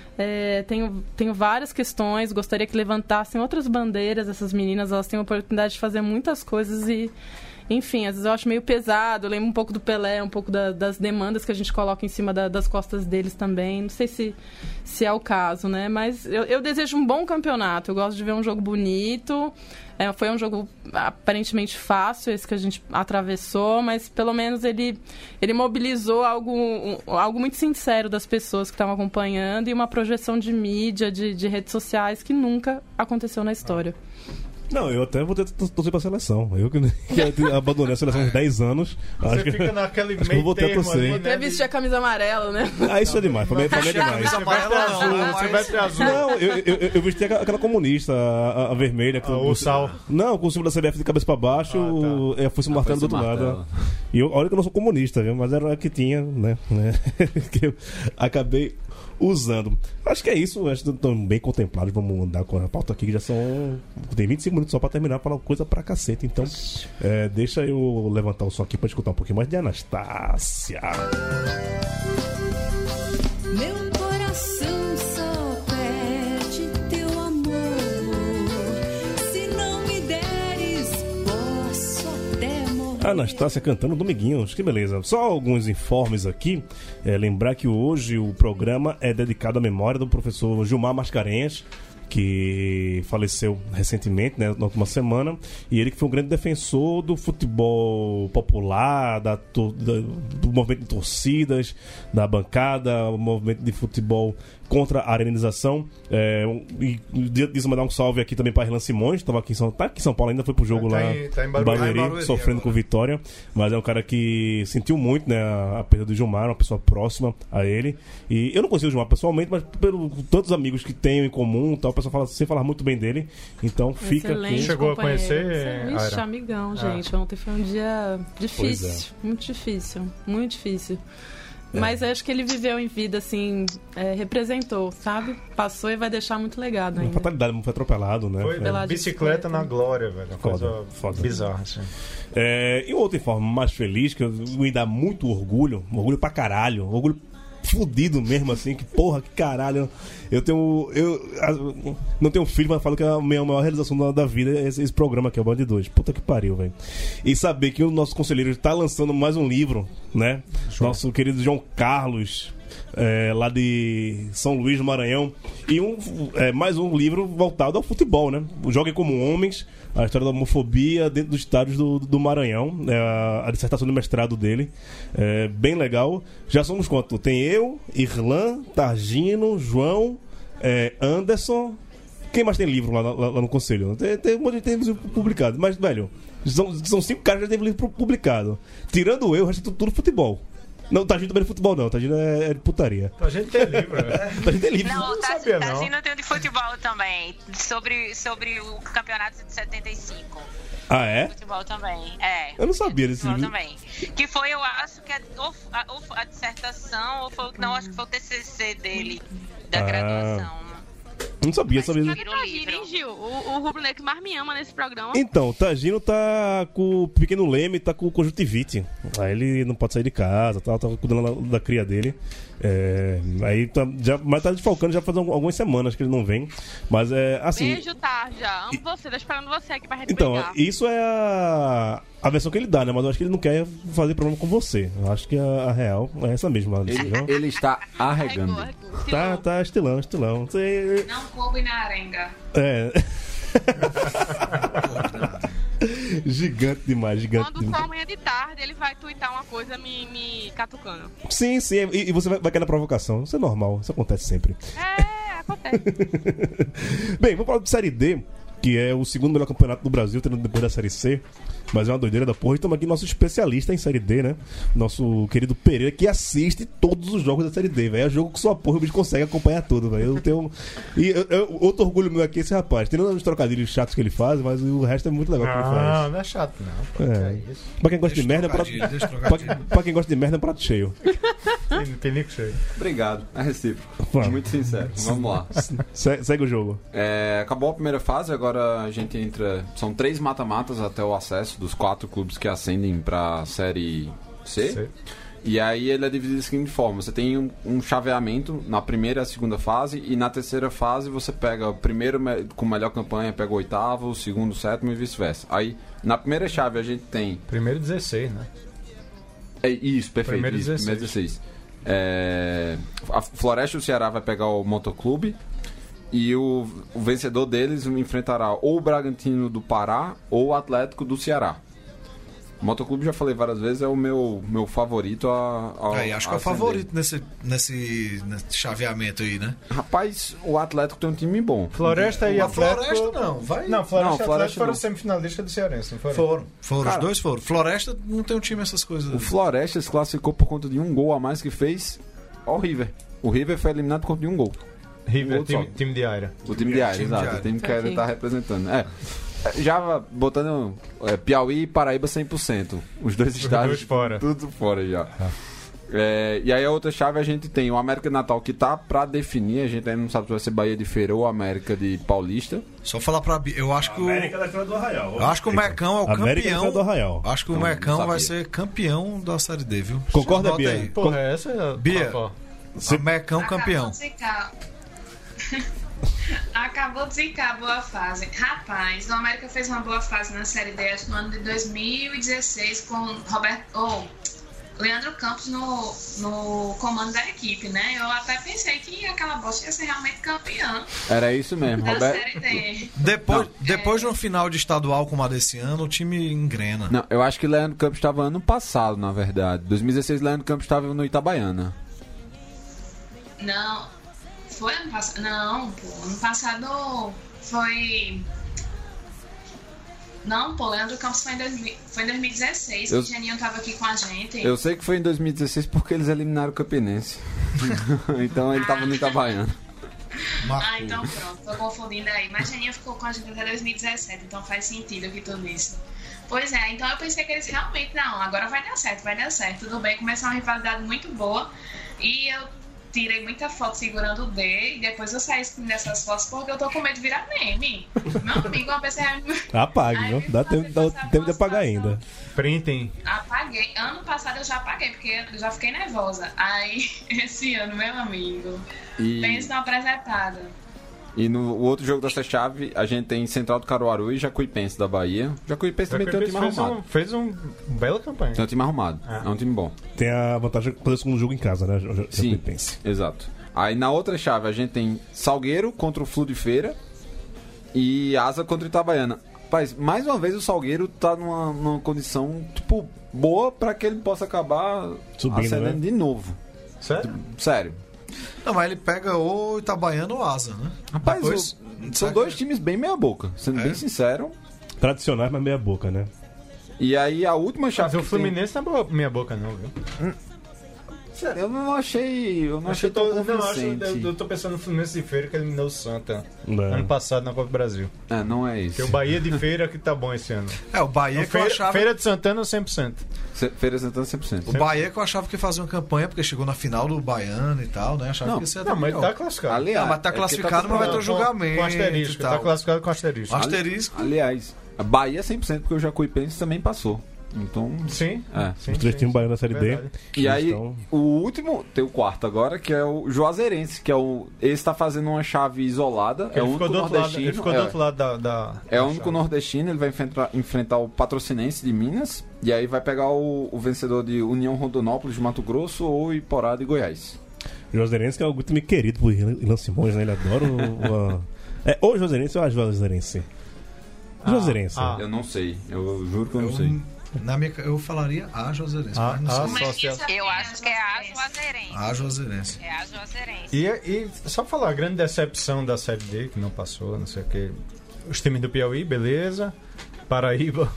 É, tenho, tenho várias questões, gostaria que levantassem outras bandeiras, essas meninas, elas têm a oportunidade de fazer muitas coisas e... Enfim, às vezes eu acho meio pesado, eu lembro um pouco do Pelé, um pouco da, das demandas que a gente coloca em cima da, das costas deles também. Não sei se, se é o caso, né? Mas eu, eu desejo um bom campeonato, eu gosto de ver um jogo bonito. É, foi um jogo aparentemente fácil, esse que a gente atravessou, mas pelo menos ele, ele mobilizou algo, um, algo muito sincero das pessoas que estavam acompanhando e uma projeção de mídia, de, de redes sociais que nunca aconteceu na história. Não, eu até vou ter que torcer pra seleção. Eu que, que abandonei a seleção há uns dez anos. Você acho fica que, naquele acho que eu vou ter a torcer. ali, né? Até vestir a camisa amarela, né? Ah, isso é demais. Pra mim, pra mim é demais. Camisa amarela não, né? Você vai ter azul. Não, eu, eu, eu, eu vesti aquela comunista, a, a vermelha. Ah, o sal. Não, com o símbolo da C B F de cabeça pra baixo, Ah, tá. é, foi se martelo do outro lado. E eu, olha que eu não sou comunista, viu? Mas era a que tinha, né? né? que eu acabei usando. Acho que é isso. Acho que estão bem contemplados. Vamos andar com a pauta aqui, que já são... Tem vinte e cinco minutos só pra terminar, falar coisa pra cacete. Então, é, deixa eu levantar o som aqui pra escutar um pouquinho mais de Anastácia. Anastácia cantando Dominguinhos, que beleza. Só alguns informes aqui. É, lembrar que hoje o programa é dedicado à memória do professor Gilmar Mascarenhas, que faleceu recentemente, né, na última semana, e ele que foi um grande defensor do futebol popular, da, da, do movimento de torcidas, da bancada, o movimento de futebol contra a arenização. É, e disso mandar um salve aqui também para Irlan Simões, que estava aqui em São, tá aqui em São Paulo, ainda foi pro jogo tá lá em, tá em Barueri, Barueri, Barueri sofrendo agora. com vitória, mas é um cara que sentiu muito, né, a, a perda do Gilmar, uma pessoa próxima a ele, e eu não conheci o Gilmar pessoalmente, mas pelo tantos amigos que tenho em comum, tal, o pessoal fala, sem falar muito bem dele, então fica Excelente aqui. Chegou a conhecer, Ixi, Aira? amigão, Ah. gente. Ontem foi um dia difícil. Pois Muito difícil. Muito difícil. Mas acho que ele viveu em vida, assim, é, representou, sabe? Passou e vai deixar muito legado Uma ainda. fatalidade, foi atropelado, né? Foi Pela bicicleta bicicleta. na glória, velho. Uma Foda, coisa foda. bizarra, assim. É, e outro informe mais feliz, que eu- me dá muito orgulho, orgulho pra caralho, orgulho fudido mesmo, assim, que porra, que caralho. Eu tenho. Eu a- não tenho filho, mas falo que a minha maior realização da, da vida é esse, esse programa aqui, é o Band de Dois. Puta que pariu, velho. E saber que o nosso conselheiro está lançando mais um livro, né? Nosso querido João Carlos. É, lá de São Luís do Maranhão, e um, é, mais um livro voltado ao futebol, né? O Joguem Como Homens, a história da homofobia dentro dos estádios do, do Maranhão, é a, a dissertação de mestrado dele, é bem legal. Já somos quantos? Tem eu, Irlan, Targino, João, é, Anderson. Quem mais tem livro lá, lá- lá no conselho? Tem, tem um monte de tem livro publicado, mas, velho, são, são cinco caras que já têm livro publicado. Tirando eu, o resto é tudo, tudo futebol. Não, Targino também é de futebol, não. Targino é, é de putaria. A gente tem livro, né? Targino tem livro. Não, não tá, sabia, tá não. Tagino tem o de futebol também. Sobre, sobre o campeonato de setenta e cinco. Ah, é? Futebol também. É. Eu não sabia desse Futebol livro. também. Que foi, eu acho que a, ou, a, ou a dissertação, ou foi, não, acho que foi o T C C dele, da Ah. graduação. Não sabia, sabia. Vira o Imagina, livro. hein, Gil? O, o Rubro Negro que mais me ama nesse programa. Então, o Tagino tá com o pequeno Leme, tá com conjuntivite. Aí ele não pode sair de casa, tá, tá cuidando da, da cria dele. É, aí tá, já, mas tá desfalcando já faz algum- algumas semanas que ele não vem. Mas é assim. Beijo, Tarja. Amo você. Tô esperando você aqui pra gente Então, brigar. isso é a, a versão que ele dá, né? Mas eu acho que ele não quer fazer problema com você. Eu acho que a, a real é essa mesmo. Alice, Ele, viu? ele está arregando. Arregou, arregou. Tá, Estilão. tá, estilão, estilão. Você- Não coube na arenga. É. Gigante demais, gigante Quando demais. for amanhã de tarde, ele vai tuitar uma coisa me, me catucando. Sim, sim, e, e você vai, vai cair na provocação. Isso é normal, isso acontece sempre. É, acontece. Bem, vamos falar de Série D, que é o segundo melhor campeonato do Brasil, tendo depois da Série C. Mas é uma doideira da porra. E estamos aqui nosso especialista em Série D, né? Nosso querido Pereira, que assiste todos os jogos da Série D, velho. É jogo que sua porra o bicho consegue acompanhar tudo, velho. Eu tenho. E eu- eu- outro orgulho meu aqui é esse rapaz. Tem uns trocadilhos chatos que ele faz, mas o resto é muito legal que ele Não, faz. não é chato, não. Pô, É. que é isso. Pra quem gosta Deixa de merda, é prato... trocadilho, deixa pra, trocadilho. pra quem gosta de merda, é um prato cheio. Tem, tem nem que ser. Obrigado. É recíproco. Vamos. Muito sincero. Vamos lá. Se- Segue o jogo. É, acabou a primeira fase, agora a gente entra. São três mata-matas até o acesso dos quatro clubes que ascendem pra Série C. C. E aí ele é dividido da seguinte forma: você tem um, um chaveamento na primeira e a segunda fase, e na terceira fase você pega o primeiro me- com melhor campanha, pega o oitavo, o segundo, o sétimo e vice-versa. Aí na primeira chave a gente tem. Primeiro dezesseis, né? É, isso, perfeito. Primeiro isso, dezesseis. primeiro dezesseis. É, a Floresta e o Ceará vai pegar o Motoclube. E o, o vencedor deles enfrentará ou o Bragantino do Pará ou o Atlético do Ceará. O Motoclube, já falei várias vezes, é o meu, meu favorito a, a Aí, acho que é a o ascender. favorito nesse, nesse, nesse chaveamento aí, né? Rapaz, o Atlético tem um time bom. Floresta e A Atlético... Floresta não, vai. Não, Floresta Não, e Atlético Floresta foram não. semifinalistas do Cearense, não foram? Foram. Foram, Cara, os dois foram. Floresta não tem um time essas coisas. O Floresta se classificou por conta de um gol a mais que fez ao River. O River foi eliminado por conta de um gol. River, Outro time, só. time de Aira. O time de área, Time de exato. área. O time que Tá ele aqui. tá representando. É. Já botando é, Piauí e Paraíba cem por cento. Os dois estados. dois fora. Tudo fora já. É, e aí a outra chave a gente tem o América de Natal, que tá pra definir. A gente ainda não sabe se vai ser Bahia de Feira ou América de Paulista. Só falar pra Bia, eu acho que o. da Estrada do Arraial. Eu acho que o Mecão é o América da campeão. Estrada do Arraial. Acho que o Não, não Mecão vai sabia. ser campeão da Série D, viu? Concorda, Anota Bia? aí. Porra, essa é... Bia. Ó, ó. O Mecão campeão. Musical. Acabou de zicar a boa fase. Rapaz, o América fez uma boa fase na Série D, acho que no ano de dois mil e dezesseis, com Roberto, oh, Leandro Campos no, no comando da equipe, né? Eu até pensei que aquela bosta ia ser realmente campeã Era isso mesmo, da Roberto. Série D. Depois, depois de um final de estadual como a desse ano, o time engrena. Não, eu acho que Leandro Campos estava ano passado, na verdade. dois mil e dezesseis, Leandro Campos estava no Itabaiana. Não, foi ano passado. Não, pô, ano passado foi. Não, pô, Leandro Campos foi em, dois mil, foi em dois mil e dezesseis, Eu- que o Geninho tava aqui com a gente. Eu sei que foi em dois mil e dezesseis porque eles eliminaram o Campinense. Então ele estava no Itabaiana. Ah, então pronto, tô confundindo aí. Mas Geninho ficou com a gente até dois mil e dezessete, então faz sentido o que tu disse. Pois é, então eu pensei que eles realmente, não, agora vai dar certo, vai dar certo. Tudo bem, começou uma rivalidade muito boa. E eu tirei muita foto segurando o D, e depois eu saí dessas fotos porque eu tô com medo de virar meme. Meu amigo, uma vez você Apague, viu? Dá tempo, dá tempo de apagar ainda. Printem. apaguei. Ano passado eu já apaguei, porque eu já fiquei nervosa. Aí, esse ano, meu amigo, E, pensa numa presepada. e no o outro jogo dessa chave, a gente tem Central do Caruaru e Jacuipense da Bahia. Jacuipense também tem um time fez, arrumado. um, fez um bela campanha. Tem um time arrumado. Ah. É um time bom. Tem a vantagem de fazer o segundo jogo em casa, né? Já- já Sim, pense. exato. Aí na outra chave a gente tem Salgueiro contra o Flu de Feira e Asa contra o Itabaiana. Rapaz, mais uma vez o Salgueiro tá numa, numa condição, tipo, boa pra que ele possa acabar Subindo, ascendendo né? de novo. Sério? Sério. Não, mas ele pega ou Itabaiana ou Asa, né? Rapaz, Depois- o- são dois times bem meia boca, sendo É. bem sincero. Tradicionais, mas meia boca, né? E aí a última chave Mas o que tem- Fluminense não é boa- minha boca, não, viu? Eu não achei, eu não achei eu tô, tão não, acho, convincente. eu, eu tô pensando no Fluminense de Feira que eliminou o Santa Não. ano passado na Copa do Brasil. É, não é isso. Porque o Bahia de Feira que tá bom esse ano. É, o Bahia Então, que eu feira, achava... feira de Santana cem por cento. Ce- Feira Santana cem por cento. O Bahia que eu achava que ia fazer uma campanha, porque chegou na final do Baiano e tal, né? Achava Não, que ia ser Não, até mas melhor. tá classificado. Aliás, Não, mas tá é porque classificado, tá mas vai ter o Com- julgamento Com asterisco, e tal. tá classificado com asterisco. Asterisco. Aliás, a Bahia cem por cento porque o Jacuipense também passou. Então, Sim. é. sim Os três sim, times baianos na Série D. verdade. E aí, Então- o último, tem o quarto agora, que é o Juazeirense, que é o. Esse tá fazendo uma chave isolada. Ele é o ficou único do outro lado, nordestino. ele ficou é, do outro lado da. da é da o único chave. nordestino, ele vai enfrentar, enfrentar o Patrocinense de Minas. E aí vai pegar o, o vencedor de União Rondonópolis de Mato Grosso ou Iporá de Goiás. Juazeirense, que é um time querido por Ilan Simões, né? Ele adora o. o- É ou Juazeirense ou a Juazeirense? Juazeirense. ah. Eu não sei, eu juro que eu não Eu, sei. na minha, ca- eu falaria a Juazeirense, Ah, mas não ah, sei. só Mas se quem a- sabe Eu quem acho que é a Juazeirense? Juazeirense. A Juazeirense. É a Juazeirense. E, e só falar, a grande decepção da Série D, que não passou, não sei o que. Os times do Piauí, beleza. Paraíba.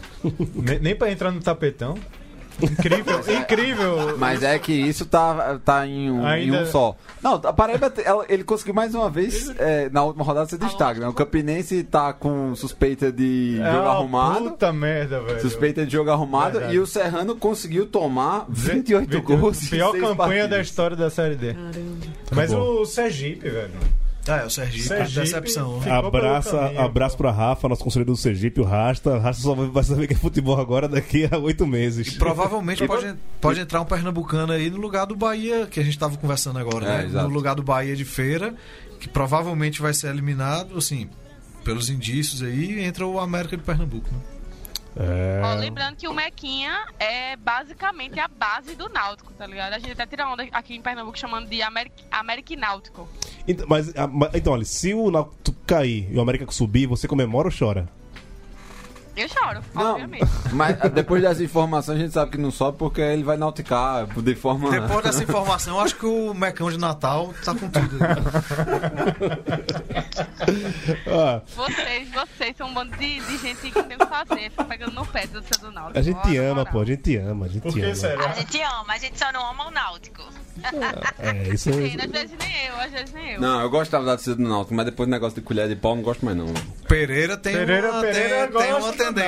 nem, nem pra entrar no tapetão. Incrível, incrível. Mas é que isso tá, tá em, um, em Ainda- um só. Não, a Paraíba, ela- ele conseguiu mais uma vez, é, na última rodada, ser destaque. Né? O Campinense tá com suspeita de É jogo uma arrumado. Puta merda, velho. Suspeita de jogo arrumado. Verdade. E o Serrano conseguiu tomar vinte e oito vinte e oito gols. em Pior seis campanha partidas. da história da Série D. Mas Bom. o Sergipe, velho. Ah, é o Sergipe, Sergipe decepção. ficou Abraça, pelo caminho, abraço pô. pra Rafa, nosso conselheiro do Sergipe, o Rasta. O Rasta só vai saber que é futebol agora daqui a oito meses. Provavelmente pode, pode entrar um pernambucano aí no lugar do Bahia, que a gente tava conversando agora, É, né? exato. No lugar do Bahia de Feira, que provavelmente vai ser eliminado, assim, pelos indícios aí, entra o América de Pernambuco, né? É... Ó, lembrando que o Mequinha é basicamente a base do Náutico, tá ligado? A gente até tira onda aqui em Pernambuco chamando de América, América e Náutico. Então, mas, a- ma- então, olha, se o Náutico cair e o América subir, você comemora ou chora? Eu choro, Não, obviamente. mas depois dessa informação a gente sabe que não sobe porque ele vai nauticar de forma. Depois dessa informação, eu acho que o Mecão de Natal tá com tudo. Ah, Vocês, vocês são um bando de, de gente que tem o que fazer, fica pegando no pé do seu do Náutico. a gente te Ó, na ama, moral. pô, a gente te ama, a gente Por te que ama. será? A gente ama, a gente só não ama o Náutico. É, isso Sim, é. às vezes nem eu, às vezes nem eu. Não, eu gostava da torcida do Náutico, mas depois do negócio de colher de pau, não gosto mais não. Pereira tem Pereira- uma, Pereira tem, tem gosta uma do tendência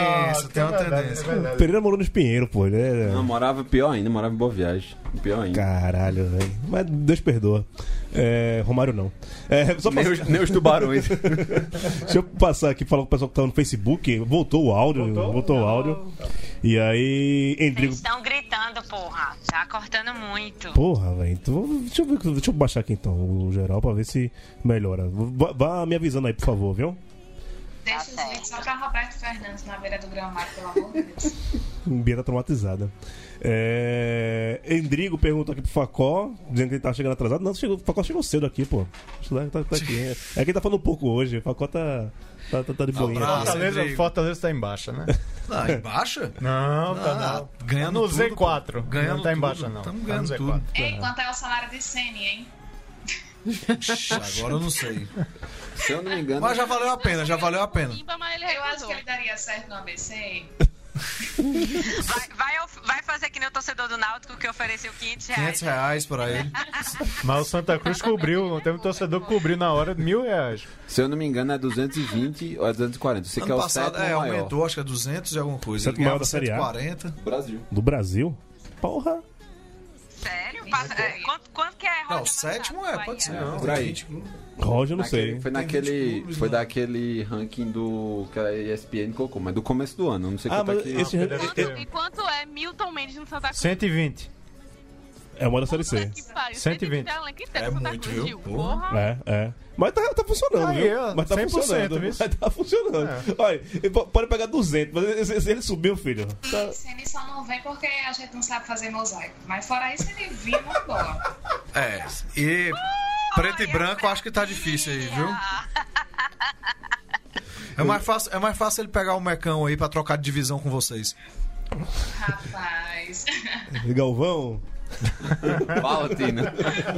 tendência, tem uma verdade, tendência. é verdade. Pereira morou nos Pinheiros, pô. Né? Não, morava pior ainda, morava em Boa Viagem. Pior ainda. Caralho, velho. Mas Deus perdoa. É, Romário não. É, só Nem passar- os, nem os tubarões. Deixa eu passar aqui e falar com o pessoal que tá no Facebook. Voltou o áudio. Voltou, Voltou? o áudio. E aí, Vocês Endrigo. estão gritando, porra. Tá cortando muito. Porra, velho. Então, deixa, eu ver- deixa eu baixar aqui então o geral pra ver se melhora. Vá, vá me avisando aí, por favor, viu? Deixa os vídeos só pra Roberto Fernandes na beira do gramado, pelo amor de Deus. Bia tá traumatizada. É... Endrigo perguntou aqui pro Facó, dizendo que ele tá chegando atrasado. Não, chegou, o Facó chegou cedo aqui, pô. Acho que tá, tá aqui. É, é que ele tá falando pouco hoje. O Facó tá, tá, tá, tá de boinha. Abraço. Fortaleza, Rodrigo. Fortaleza tá em baixa, né? Não, em baixa? Não, tá Ah, não. ganhando no tudo, Z quatro. pô. Ganhando não tá em tudo. baixa, não. Tamo Tá no ganhando Z tudo. quatro. Ei, quanto é o salário de Ceni, hein? Ixi, agora eu não sei. Se eu não me engano. Mas já valeu a pena, já valeu a pena. Pimba, mas ele Eu acho recusou. que ele daria certo no A B C. Vai, vai, of- vai fazer que nem o torcedor do Náutico que ofereceu quinhentos reais. quinhentos reais pra ele. Mas o Santa Cruz cobriu, tem um torcedor que cobriu na hora de mil reais. Se eu não me engano, é duzentos e vinte ou é duzentos e quarenta. Você quer Ano o passado, sétimo é, maior. aumentou, acho que é duzentos e alguma coisa. Sétimo Ele maior ganhava da Série A. cento e quarenta. Brasil. Do Brasil? Porra. Sério? Passa, é, quanto, quanto que é a Não, Roger o sétimo Machado é, do pode ser. Bahia? Por aí. vinte clubes. Roger, não Naquele- sei. Foi Tem naquele. vinte clubes Foi lá. daquele ranking do. Que a E S P N colocou, mas do começo do ano. eu Não sei Ah, quanto mas é que. esse Não, deve é, ter. E quanto é Milton Mendes no Santa Cruz? cento e vinte. é uma da Série C. Que pariu, cento e vinte. é o elenco inteiro É do Santa muito, Cruz, viu? Gil. Porra. Porra. É, é. Mas tá, tá funcionando, Aí, viu? ó, Mas tá cem por cento, funcionando. viu? Mas tá funcionando. É. Olha, ele po- pode pegar duzentos, mas se, se ele subiu, filho. Tá... Ceni só não vem porque a gente não sabe fazer mosaico. Mas fora isso, ele vinha muito boa. É, e preto e branco acho que tá difícil aí, viu? É mais fácil, é mais fácil ele pegar o Mecão aí pra trocar de divisão com vocês. Rapaz. Galvão. Fala, Tina.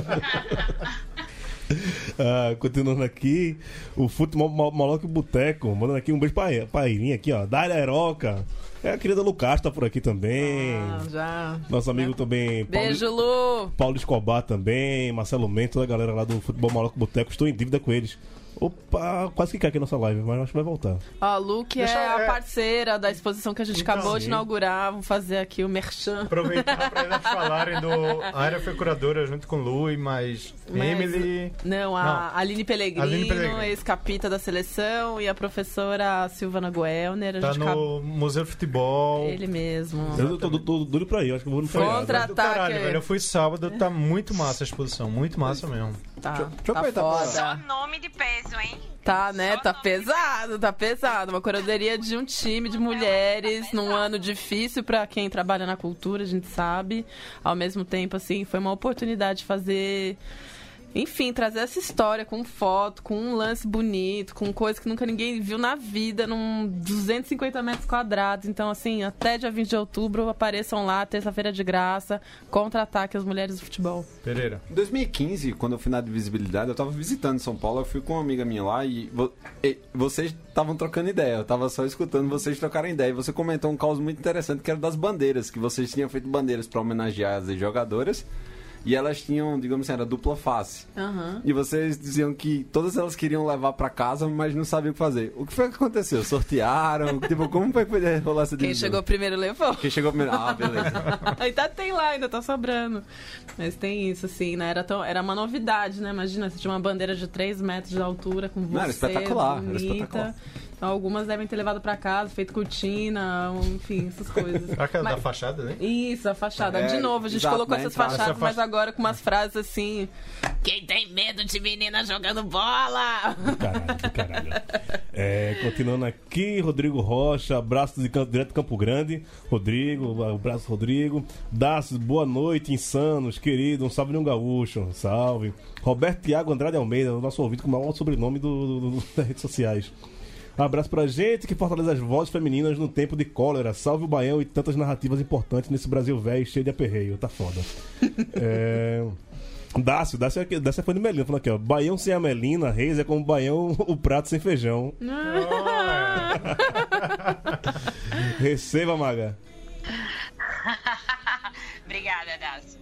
Ah, continuando aqui, o Futebol Maloque Boteco, mandando aqui um beijo pra, pra Irinha aqui, ó. Dália Heroca. É a querida Lucas, tá por aqui também. Ah, já. Nosso amigo também, Paulo, Beijo, Lu. Paulo Escobar também, Marcelo Mendes, toda a galera lá do Futebol Maloque Boteco. Estou em dívida com eles. Opa, quase que cai aqui nossa live, mas acho que vai voltar. Ó, a Lu, que Deixa- é a é. parceira da exposição que a gente Então, acabou de sim. inaugurar. Vamos fazer aqui o merchan. Aproveitar pra eles falarem do. A área foi curadora junto com Lu, mas, Mas- Emily. Não, a Não. Aline Pellegrino, Aline Pellegrino. ex-capita da seleção, e a professora Silvana Guelner. A Tá gente no acabou... Museu de Futebol. Ele mesmo. Eu tô, tô, tô duro pra ir, eu acho que eu vou no feriado. Contra- Do caralho, Ataque. velho. Eu fui sábado, tá muito massa a exposição, muito massa mesmo. Tá, Deixa eu tá aproveitar pra- Só foda. nome de peso, hein? Tá, né? Só Tá nome pesado, tá pesado. Uma curadoria de um time de mulheres num ano difícil pra quem trabalha na cultura, a gente sabe. Ao mesmo tempo, assim, foi uma oportunidade de fazer... Enfim, trazer essa história com foto, com um lance bonito, com coisa que nunca ninguém viu na vida, num duzentos e cinquenta metros quadrados. Então, assim, até dia vinte de outubro, apareçam lá, terça-feira de graça, contra-ataque às mulheres do futebol. Pereira. Em dois mil e quinze, quando eu fui na Visibilidade, eu tava visitando São Paulo, eu fui com uma amiga minha lá e, vo- e vocês estavam trocando ideia, eu tava só escutando vocês trocarem ideia. E você comentou um caos muito interessante que era das bandeiras, que vocês tinham feito bandeiras pra homenagear as jogadoras e elas tinham, digamos assim, era dupla face. Aham. E vocês diziam que todas elas queriam levar pra casa, mas não sabiam o que fazer. O que foi que aconteceu? Sortearam? Tipo, como foi que foi rolar essa Quem divisão? chegou primeiro levou. Quem chegou primeiro? Ah, beleza. Ainda tem lá, ainda tá sobrando. Mas tem isso, assim, né? Era, tão, era uma novidade, né? Imagina, você tinha uma bandeira de três metros de altura com você, Não, era espetacular, era bonita. espetacular. Então, algumas devem ter levado pra casa, feito cortina, enfim, essas coisas. Aquela Mas- da fachada, né? Isso, a fachada. É, de novo, a gente exato, colocou né? essas Entrada. fachadas, Essa faixa- mas agora com umas frases assim... Quem tem medo de menina jogando bola? Caralho, do caralho. É, continuando aqui, Rodrigo Rocha, abraço de campo, direto de Campo Grande. Rodrigo, abraço, Rodrigo. Dácio, boa noite, insanos, querido. Um salve no gaúcho, salve. Roberto Thiago Andrade Almeida, o nosso ouvinte com o maior sobrenome do, do- do- das redes sociais. Abraço pra gente que fortalece as vozes femininas no tempo de cólera. Salve o Baião e tantas narrativas importantes nesse Brasil velho cheio de aperreio. Tá foda. É... Dácio, Dácio, é- Dácio foi de Melina, falando aqui, ó. Baião sem a Melina, Reis é como Baião, o prato sem feijão. Receba, Maga. Obrigada, Dácio.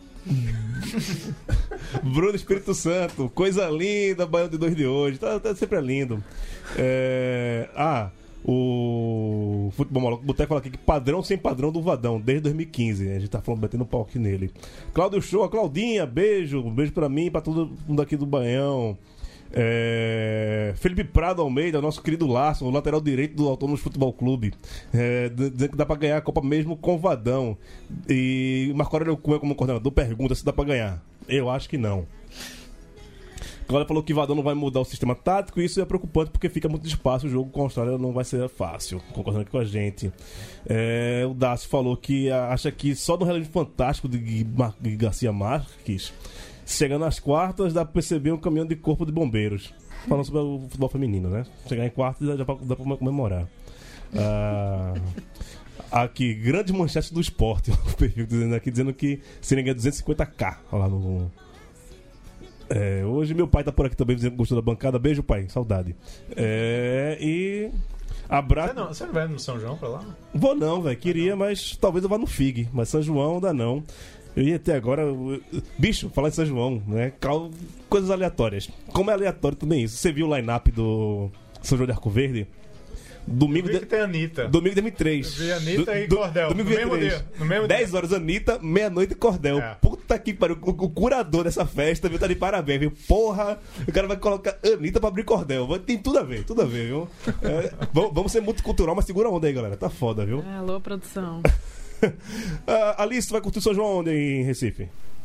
Bruno Espírito Santo, coisa linda, Baião de dois de hoje. Tá, tá sempre lindo. É... Ah, o Futebol Maluco. O Boteco fala aqui que padrão sem padrão do Vadão, desde dois mil e quinze. A gente tá falando, batendo pau aqui nele. Cláudio Show, a Claudinha, beijo. Beijo pra mim e pra todo mundo aqui do Baião. É... Felipe Prado Almeida, nosso querido Larson, o lateral direito do Autônomos Futebol Clube, é... dizendo que dá pra ganhar a Copa mesmo com o Vadão. E Marco Aurélio Cunha, como coordenador, pergunta se dá pra ganhar. Eu acho que não. Cláudia falou que Vadão não vai mudar o sistema tático, e isso é preocupante porque fica muito espaço, o jogo com a Austrália não vai ser fácil, concordando aqui com a gente. É... O Dácio falou que acha que só no relógio fantástico de Garcia Marques, chegando às quartas, dá pra perceber um caminhão de corpo de bombeiros. Falando sobre o futebol feminino, né? Chegar em quartas já dá pra, dá pra comemorar. Ah, aqui, grande manchete do esporte. O perfil dizendo aqui, dizendo que Seringa ganha duzentos e cinquenta k lá no... É, hoje meu pai tá por aqui também dizendo que gostou da bancada. Beijo, pai. Saudade. É, e... Abra... Você, não, você não vai no São João pra lá? Vou não, velho. Queria, mas talvez eu vá no F I G. Mas São João ainda não. Eu ia até agora... Bicho, falar de São João, né? Coisas aleatórias. Como é aleatório também isso. Você viu o line-up do São João de Arco Verde? Domingo eu vi de... que tem a Anitta. Domingo de dois mil e três. Eu vi a Anitta do, e do, Cordel. Domingo no mesmo dia. No mesmo dez horas Anitta, meia-noite Cordel. É. Puta que pariu. O, o curador dessa festa, viu? Tá de parabéns, viu? Porra, o cara vai colocar Anitta pra abrir Cordel. Tem tudo a ver, tudo a ver, viu? É, vamos, vamos ser multicultural, mas segura a onda aí, galera. Tá foda, viu? É, alô, produção. uh, Alice, tu vai curtir o São João onde em Recife?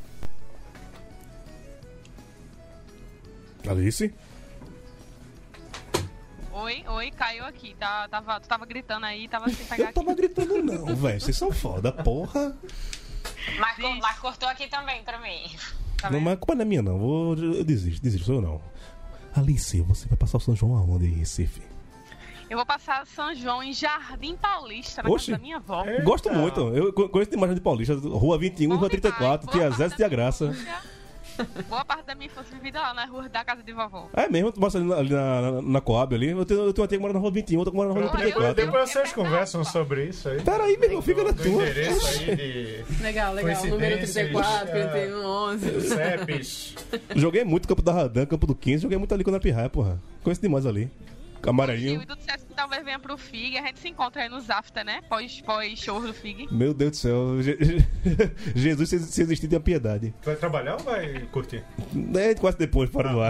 Alice? Oi, oi, caiu aqui. Tá, tava, tu tava gritando aí, tava sem pegar Eu tava aqui. gritando não, velho. Vocês são foda, porra. Mas, mas cortou aqui também pra mim. Tá Não, mas a culpa não é minha, não. Vou, eu desisto, desisto, sou eu não. Alice, você vai passar o São João aonde em Recife? Eu vou passar São João em Jardim Paulista, na Oxi. casa da minha avó. Gosto muito. Eu co- conheço demais de Paulista. Rua vinte e um, Bom Rua trinta e quatro, Tia demais. Boa Zé e Tia Graça. Boa parte da minha infância vivida lá na rua da casa de vovó. É mesmo, tu passa ali na, ali na, na, na Coab ali. Eu tenho, eu tenho uma tia que mora na Rua vinte e um, outra que mora na Rua Pronto, trinta e Depois, quatro. depois vocês conversam sobre isso aí. Peraí, meu irmão, fica na Do tua. endereço aí de... Legal, legal. Número trinta e quatro, Coincidências, trinta e um, onze. C E Ps. Joguei muito Campo da Radan, Campo do quinze, joguei muito ali quando era pirraia, porra. Conheço demais ali. Camaranhinho. E tu dissesse que talvez venha pro F I G, a gente se encontra aí nos after, né? Pós, pós show do F I G. Meu Deus do céu. Je- je- Jesus, se se existir, tem a piedade. Tu vai trabalhar ou vai curtir? É, quase depois, fora do ar.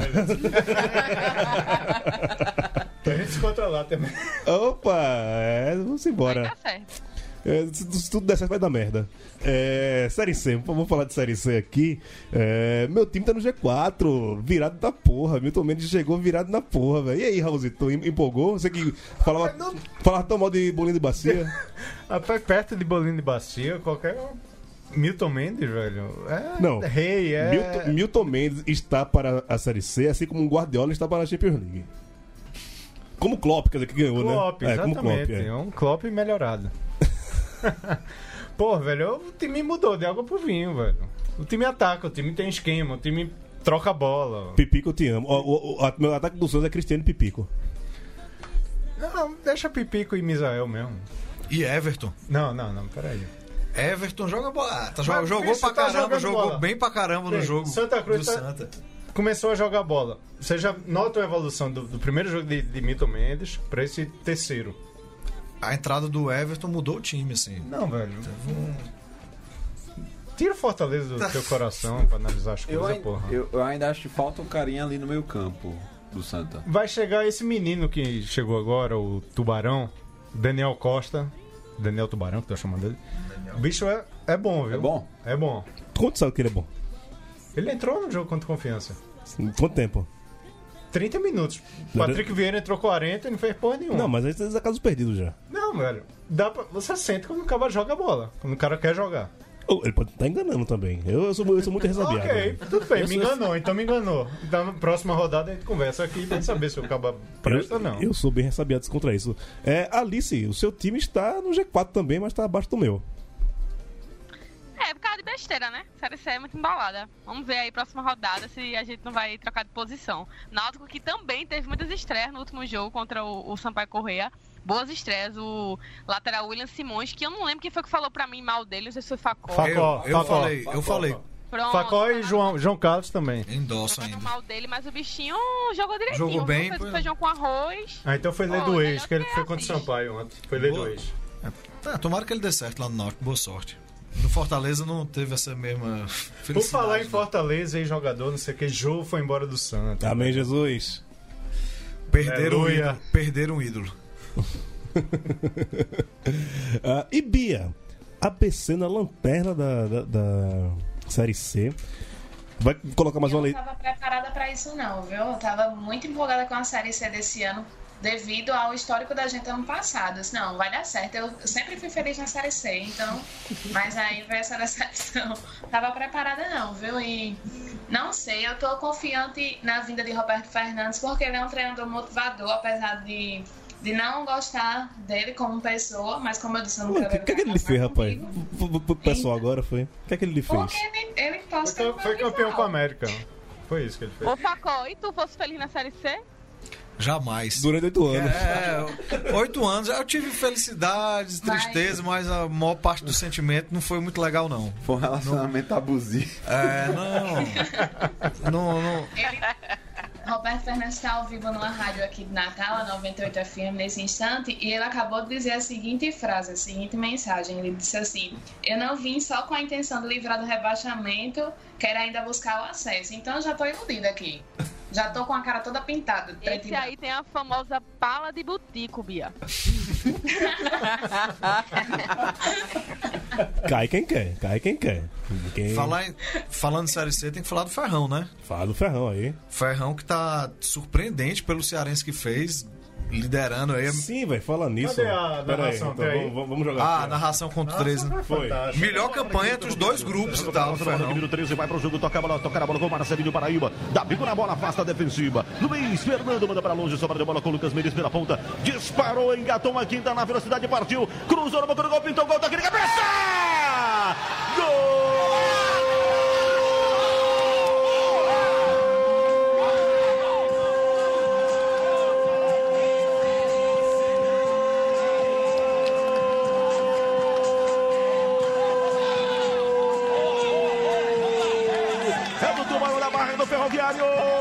A gente se encontra lá também. Opa, é, vamos embora. Vai dar certo. É, se, se tudo der certo, vai dar merda. É, série C, vamos falar de Série C aqui. É, meu time tá no G quatro, virado da porra. Milton Mendes chegou virado na porra, velho. E aí, Raulzito, em- empolgou? Você que falava, não- falava tão mal de bolinho de bacia. Rapaz, perto de Bolinho de Bacia, qualquer... Milton Mendes, velho. É Não. rei, é... Milton, Milton Mendes está para a Série C, assim como o Guardiola está para a Champions League. Como o Klopp, quer dizer, que ganhou, Klopp, né? É, como exatamente. Klopp, é. é. um Klopp melhorado. Pô, velho, o time mudou de água pro vinho, velho. O time ataca, o time tem esquema, o time troca a bola. Pipico, eu te amo. O, o, o, meu ataque do Santos é Cristiano e Pipico. Não, deixa Pipico e Misael mesmo. E Everton. Não, não, não, peraí. Everton joga bola. Ah, tá, Mas, jogou bicho, pra tá caramba, jogando jogou bola. bem pra caramba no Sim, jogo Santa Cruz do tá- Santa. Começou a jogar bola. Você já nota a evolução do, do primeiro jogo de, de Milton Mendes pra esse terceiro. A entrada do Everton mudou o time, assim. Não, velho. Tira o Fortaleza do teu coração pra analisar as Eu, coisas, ai- porra. eu, eu ainda acho que falta um carinha ali no meio campo do Santa. Vai chegar esse menino que chegou agora, o Tubarão, Daniel Costa. Daniel Tubarão, que tô chamando dele. O bicho é, é bom, viu? É bom? É bom. Quanto sabe que ele é bom? Ele entrou no jogo contra Confiança. Quanto tempo? trinta minutos. Patrick Vieira entrou quarenta e não fez porra nenhuma. Não, mas aí você é casos perdidos já. Não, velho. Dá pra... Você sente quando o cara joga a bola. Quando o cara quer jogar. Ou ele pode estar enganando também. Eu, eu, sou, eu sou muito resabiado. Ok, né? tudo bem. Eu Me sou- enganou, então me enganou. Então, na próxima rodada a gente conversa aqui pra gente saber se o caba presta ou não. Eu sou bem ressabiado contra isso. É, Alice, o seu time está no G quatro também, mas está abaixo do meu. É, por causa de besteira, né? Série C é muito embalada. Vamos ver aí, próxima rodada, se a gente não vai trocar de posição. Náutico que também teve muitas estreias no último jogo contra o, o Sampaio Corrêa. Boas estreias. O lateral William Simões, que eu não lembro quem foi que falou pra mim mal dele, não sei se foi Facó. Facó, Eu, eu Facó. falei, eu falei. Pronto. Facó e João, João Carlos também. Endosso Falando ainda. mal dele, mas o bichinho jogou direitinho. Jogou bem, Fez foi- feijão com arroz. Ah, então foi lei Ó, do melhor ex, que ele que foi contra o assiste. Sampaio ontem. Foi lei do Boa. ex. É, tomara que ele dê certo lá no Náutico. Boa sorte. No Fortaleza não teve essa mesma felicidade. Por falar em né? Fortaleza e jogador, não sei o que, Jô foi embora do Santos. Amém, Jesus. Perderam um Aleluia. ídolo. Perderam um ídolo. Ah, e Bia, A B C na lanterna da, da, da Série C. Vai colocar mais Eu uma não lei. estava preparada para isso não, viu? Eu estava muito empolgada com a Série C desse ano, devido ao histórico da gente ano passado. Eu disse, não, vai dar certo. Eu, eu sempre fui feliz na Série C, então... Mas aí veio essa decepção. Tava preparada não, viu? E não sei, eu tô confiante na vinda de Roberto Fernandes, porque ele é um treinador motivador, apesar de... De não gostar dele como pessoa, mas como eu disse, eu não O quero que, que, é que ele lhe fez, rapaz? comigo. Pro- pro- pro pessoal agora foi. O que é que ele lhe fez? Porque ele, ele posta Foi, no foi meu campeão visual. com a América. Foi isso que ele fez. Ô, Facó, e tu fosse feliz na Série C? Jamais. Durante oito anos. É, oito anos. Eu tive felicidades, Mas- tristeza, mas a maior parte do sentimento não foi muito legal, não. Foi um relacionamento abusivo. É, não. Não, não. Ele, Roberto Fernandes está ao vivo numa rádio aqui de Natal, a noventa e oito F M, nesse instante, e ele acabou de dizer a seguinte frase, a seguinte mensagem. Ele disse assim: eu não vim só com a intenção de livrar do rebaixamento, quero ainda buscar o acesso. Então eu já tô iludida aqui. Já tô com a cara toda pintada. de preto e Esse branco. aí tem a famosa pala de butico, Bia. Cai quem quer, cai quem quer. Quem... Falar em- falando em Série C, tem que falar do Ferrão, né? Fala do Ferrão aí. Ferrão que tá surpreendente pelo cearense que fez, liderando aí. Sim, velho, fala nisso. Cadê a Pera aí, narração? então, Tem aí? vamos, vamos jogar. Ah, a aqui, ó. narração contra o treze, né? Foi. fantástico. Melhor campanha entre os dois grupos e tal, do Ferrão. Número treze vai pro jogo, toca a bola, tocar a bola com o Marcelinho Paraíba. Dá bico na bola, afasta a defensiva. Luiz Fernando manda pra longe, sobra de bola com o Lucas Mendes pela ponta. Disparou, engatou uma quinta na velocidade, partiu. Cruzou no boca do gol, pintou o gol, toque de cabeça! Gol! É do Tubarão da Barra e do Ferroviário.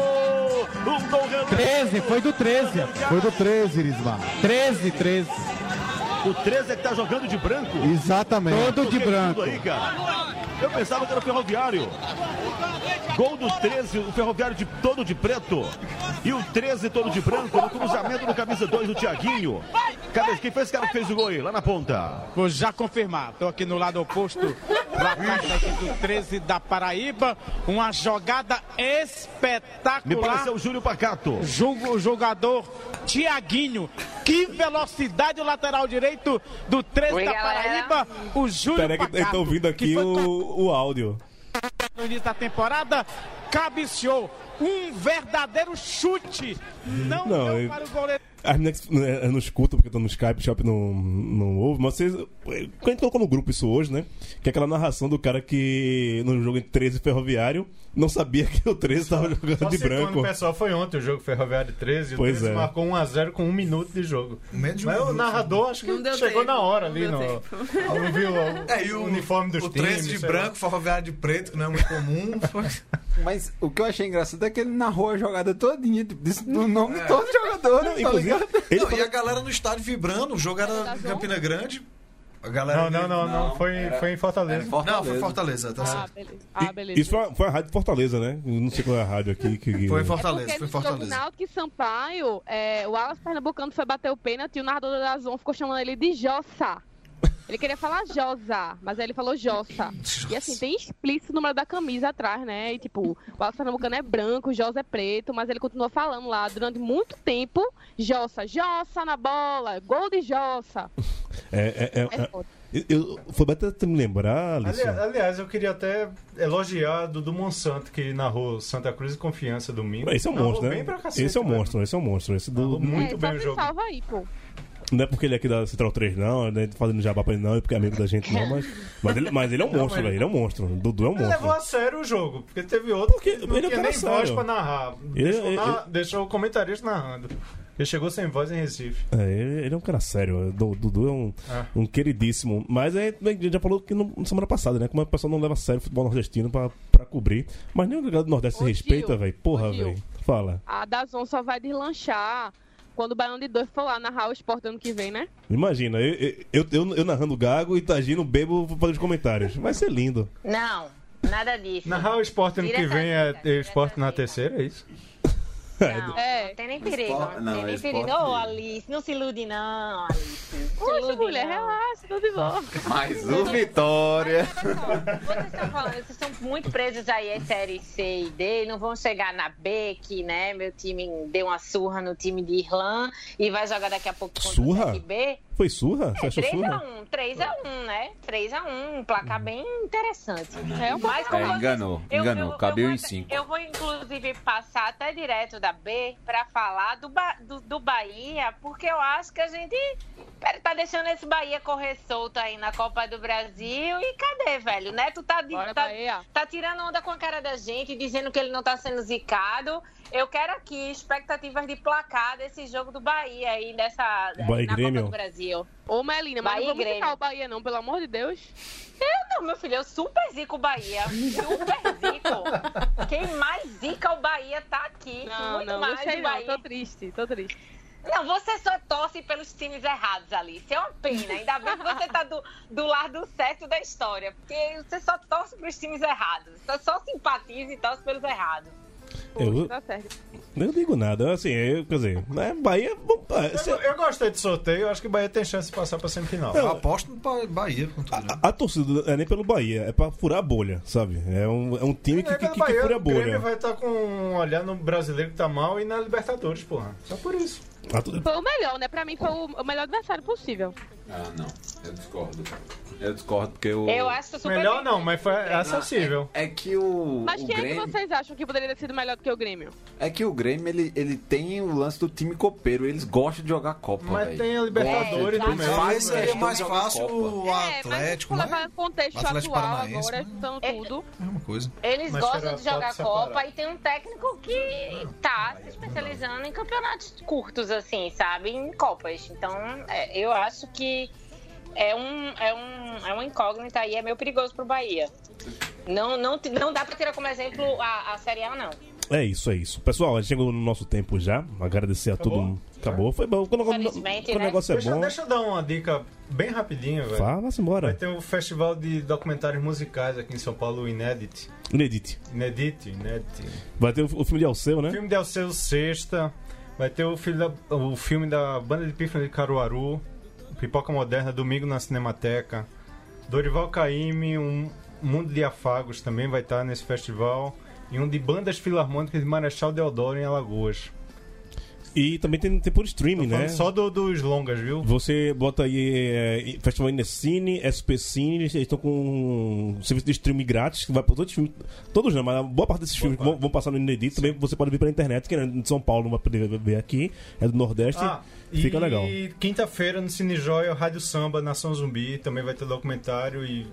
Um gol realmente. treze, foi do treze. Foi do treze, Irismar. treze, treze. O treze é que tá jogando de branco. Exatamente. Todo de Toquei branco. tudo aí, cara. Eu pensava que era o Ferroviário. Gol do treze, o Ferroviário de todo de preto. E o treze todo de branco, no cruzamento do camisa dois, o Thiaguinho. Cadê? Quem foi esse cara que fez o gol aí? Lá na ponta. Vou já confirmar. Estou aqui no lado oposto da carta aqui do treze da Paraíba. Uma jogada espetacular. Me pareceu o Júlio Pacato. Jogo, o jogador Tiaguinho. Que velocidade o lateral direito do treze Oi, da galera. Paraíba. O Júlio Pera aí que Pacato. estão ouvindo aqui que foi o, o áudio. no início da temporada, cabeceou um verdadeiro chute. Não, Não, deu eu- para o goleiro. As meninas que não, não escutam porque estão no Skype, o Shop não, não ouve, mas vocês. A gente colocou no grupo isso hoje, né? Que é aquela narração do cara que no jogo entre treze e Ferroviário não sabia que o treze estava jogando Só de citando, branco. pessoal, foi ontem o jogo Ferroviário treze. Pois o treze é. marcou um a zero com um minuto de jogo. Menos de um Mas o minuto. narrador acho que Não deu chegou tempo, na hora não ali. deu No, tempo. não viu o, É, e o uniforme dos o times. treze de sei branco, Ferroviário de preto, que não é muito comum. Foi... Mas o que eu achei engraçado é que ele narrou a jogada todinha, tipo, disse o nome de todo jogador, né? Tá Inclusive, ligado? ele Não, falou- e a galera no estádio vibrando, o jogo era em Campina Grande. A galera Não, não, não, não, Não, foi, era- foi em Fortaleza. Não, foi Fortaleza, tá Ah, certo. beleza. Ah, beleza. Isso foi, foi a rádio de Fortaleza, né? Eu não sei qual é a rádio aqui. Que... Foi em É Fortaleza, porque foi em no jogo Fortaleza. Náutico e Sampaio, é, o Alas Pernambucano foi bater o pênalti e o narrador da Zon ficou chamando ele de Jossa. Ele queria falar Josa, mas aí ele falou Jossa. E assim, tem explícito o número da camisa atrás, né? E tipo, o Alas Pernambucano é branco, o Josa é preto, mas ele continuou falando lá durante muito tempo, Jossa, Jossa na bola, gol de Jossa. É, é, é, É é, foda. eu, eu- foi até te me lembrar, Alisson. Ali- aliás, eu queria até elogiar do, do Monsanto, que narrou Santa Cruz e Confiança domingo. Esse é um Narrou monstro, né? bem pra cacete, Esse é um velho. monstro, esse é um monstro. Esse do, Narrou muito é, bem só o se jogo. salva aí, pô. não é porque ele é aqui da Central três, não, né? Fazendo jabá pra ele, não, é porque é amigo da gente, não, mas. Mas ele, mas ele é um Não, monstro, mas- velho. Ele é um monstro. Dudu é um Ele levou monstro. a sério o jogo, porque teve outro que não ele é um tinha cara nem voz sério. pra narrar. Ele- Deixou, ele- na- deixou o comentarista narrando. Ele chegou sem voz em Recife. É, ele, ele é um cara sério. O Dudu é um, Ah. um queridíssimo. Mas é, a gente já falou que no, na semana passada, né? Como o pessoal não leva a sério o futebol nordestino pra, pra cobrir. Mas nem o galera do Nordeste se Ô, respeita, Gil, velho. Porra, ô, Gil. velho. Fala. A Dazon só vai deslanchar quando o Baião de dois for lá narrar o esporte ano que vem, né? Imagina, eu, eu, eu, eu narrando Gago e Tagino bebo pra fazer os comentários. Vai ser lindo. Não, nada disso. Narrar o esporte ano Tira que essa vem é dica, é esporte na terceira, é isso? Não, É. não tem nem perigo. Esporte- Não, não, tem nem é perigo. Ô, esporte- Alice, não se ilude não, Alice. Não se Oxe, ilude, mulher, não. relaxa, tudo de boa. Mais um Vitória. Vocês estão falando, vocês estão muito presos aí em série C e D, não vão chegar na B, que, né, meu time deu uma surra no time de Irlã e vai jogar daqui a pouco contra Surra? o C R B. Foi surra? Você É achou três a surra? um, três a um, né? três a um, um placar bem interessante. É um Mas É, como vocês- enganou, eu- enganou. eu- Cabeu eu em vou- cinco. Eu vou, inclusive, passar até direto da B pra falar do, Ba- do, do Bahia, porque eu acho que a gente pera, tá deixando esse Bahia correr solto aí na Copa do Brasil. E cadê, velho? Né? Tu tá, de- Bora, tá, Bahia. tá tirando onda com a cara da gente, dizendo que ele não tá sendo zicado. Eu quero aqui expectativas de placar desse jogo do Bahia aí, dessa, Bahia e na Grêmio. Copa do Brasil. Ô, Melina, mas Bahia não e vamos Grêmio. ficar o Bahia não, pelo amor de Deus. Eu não, meu filho, eu super zico o Bahia. Super zico. Quem mais zica o Bahia tá aqui. Não, muito não, mais não sei o não, Bahia. tô triste, tô triste. Não, você só torce pelos times errados, Alice. É uma pena. Ainda bem que você tá do, do lado certo da história. Porque você só torce pros times errados. Você só simpatiza e torce pelos errados. Eu, Poxa, tá certo. eu não digo nada. Assim, eu, quer dizer, né? Bahia. é, se- Eu, eu gostei de sorteio, eu acho que o Bahia tem chance de passar pra semifinal. Não, Eu aposto no Ba- Bahia com tudo. né? A, a torcida não é nem pelo Bahia, é pra furar a bolha, sabe? É um, é um time que, É, que, pelo que, Bahia, fura a o Grêmio bolha. vai estar com um olhar no brasileiro que tá mal e na Libertadores, porra. Só por isso. A to- Foi o melhor, né? Pra mim foi o o melhor adversário possível. Ah, não. Eu discordo. Eu discordo porque o. Eu acho super Melhor bem- não, mas foi acessível. É que o. Mas o quem é que Grêmio, vocês acham que poderia ter sido melhor do que o Grêmio? é que o Grêmio ele, ele tem o lance do time copeiro. Eles gostam de jogar Copa. Mas véi. tem a Libertadores É, do meio. faz Mas seria questão mais de jogar fácil Copa. o é, Atlético, mas né? levar o contexto Atlético atual Paranaense, agora, né? juntando É- tudo. Mesma coisa. Eles Mas gostam será de jogar foto Copa separada. e tem um técnico que tá se especializando em campeonatos curtos, assim, sabe? Em Copas. Então, é, eu acho que é, um, é, um, é uma incógnita aí, é meio perigoso pro Bahia. Não, não, não dá pra tirar como exemplo a, a Série A, não. É isso, é isso. Pessoal, a gente chegou no nosso tempo já. Agradecer a todo Acabou? mundo. Acabou, foi bom. Quando, quando, Infelizmente, quando o né? negócio é Deixa, bom, deixa eu dar uma dica bem rapidinha, velho. fala, vai-se Vai embora. ter um festival de documentários musicais aqui em São Paulo, o Inédit. Inedite. Inédit, Inédit. Vai ter o, o filme de Alceu, né? O filme de Alceu Sexta. Vai ter o, filme da, o filme da Banda de Pífano de Caruaru. Pipoca Moderna, domingo na Cinemateca. Dorival Caymmi, um Mundo de Afagos também vai estar nesse festival. E um de bandas filarmônicas de Marechal Deodoro em Alagoas. E também tem, tem por streaming, Falando né? só do- dos longas, viu? Você bota aí é, Festival Inecine, S P Cine, eles estão com um serviço de streaming grátis, que vai para todos os filmes, todos não, mas a boa parte desses filmes que vão, vão passar no Inedito, também você pode ver pela internet, que é de São Paulo não vai poder ver aqui, é do Nordeste, Ah, fica e legal. quinta-feira no Cine Joia, Rádio Samba, Nação Zumbi, também vai ter documentário e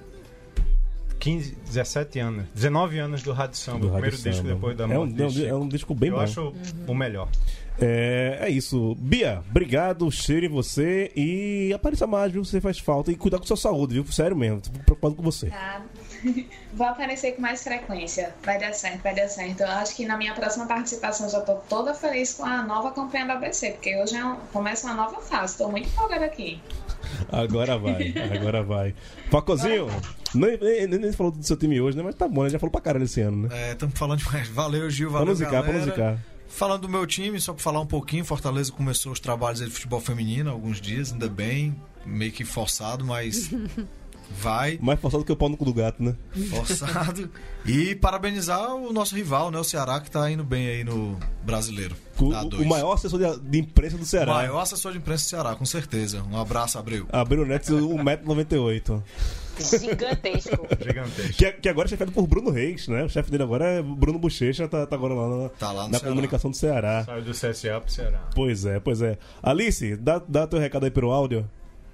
quinze, dezessete anos, dezenove anos do Rádio Samba, Do o Rádio primeiro disco Samba. depois da É um, morte de é um- Chico. é um disco bem Eu bom. acho o melhor. É, é isso. Bia, obrigado, cheiro em você e apareça mais, viu? Você faz falta e cuidar com sua saúde, viu? Sério mesmo, tô preocupado com você. Tá. Vou aparecer com mais frequência. Vai dar certo, vai dar certo. Eu acho que na minha próxima participação já tô toda feliz com a nova campanha da A B C, porque hoje é um- começa uma nova fase. Tô muito empolgada aqui. Agora vai, agora vai. Pacozinho, nem, nem, nem falou do seu time hoje, né? Mas tá bom, né? Já falou pra caralho esse ano, né? É, estamos falando demais. Valeu, Gil. Pra Valeu, musicar, pra galera. musicar. Falando do meu time, só pra falar um pouquinho, Fortaleza começou os trabalhos aí de futebol feminino há alguns dias, ainda bem, meio que forçado, mas vai. Mais forçado que o pau no cu do gato, né? Forçado. E parabenizar o nosso rival, né? O Ceará, que tá indo bem aí no brasileiro. O, Da dois. o maior assessor de, de imprensa do O Ceará. maior assessor de imprensa do Ceará, com certeza. Um abraço, Abreu. Abriu o Neto um metro e noventa e oito. Gigantesco. Gigantesco. Que, que agora é chefiado por Bruno Reis, né? O chefe dele agora é Bruno Bochecha, tá, tá agora lá na, Tá lá no na Ceará. comunicação do Ceará. Saiu do C S A pro Ceará. Pois é, pois é. Alice, dá, dá teu recado aí pelo áudio.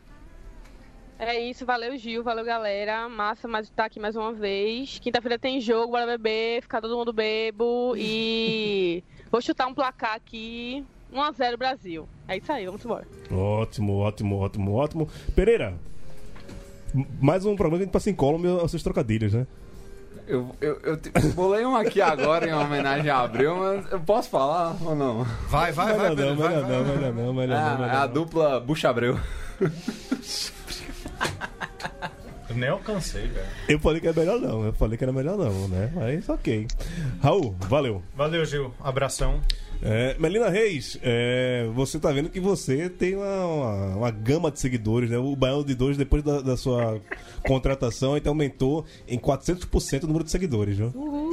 É isso, valeu Gil, valeu galera. Massa, mas tá aqui mais uma vez. Quinta-feira tem jogo, bora beber, ficar todo mundo bebo e vou chutar um placar aqui. um a zero Brasil. É isso aí, vamos embora. Ótimo, ótimo, ótimo, ótimo. Pereira, m- mais um programa que a gente passa em column aos seus trocadilhos, né? Eu, eu, eu te- bolei um aqui agora em homenagem a Abreu, mas eu posso falar ou não? Vai, vai, vai, Melhor Pedro, não, vai, melhor vai, não, vai. melhor não, melhor É, não, é melhor a não. dupla Bucha Abreu. Eu nem alcancei, velho. Eu falei que era melhor não, eu falei que era melhor não, né? Mas ok. Raul, valeu. Valeu, Gil. Abração. É, Melina Reis, é, você tá vendo que você tem uma, uma, uma gama de seguidores, né? O Baião de Dois, depois da, da sua contratação, então aumentou em quatrocentos por cento o número de seguidores, viu? Uhul.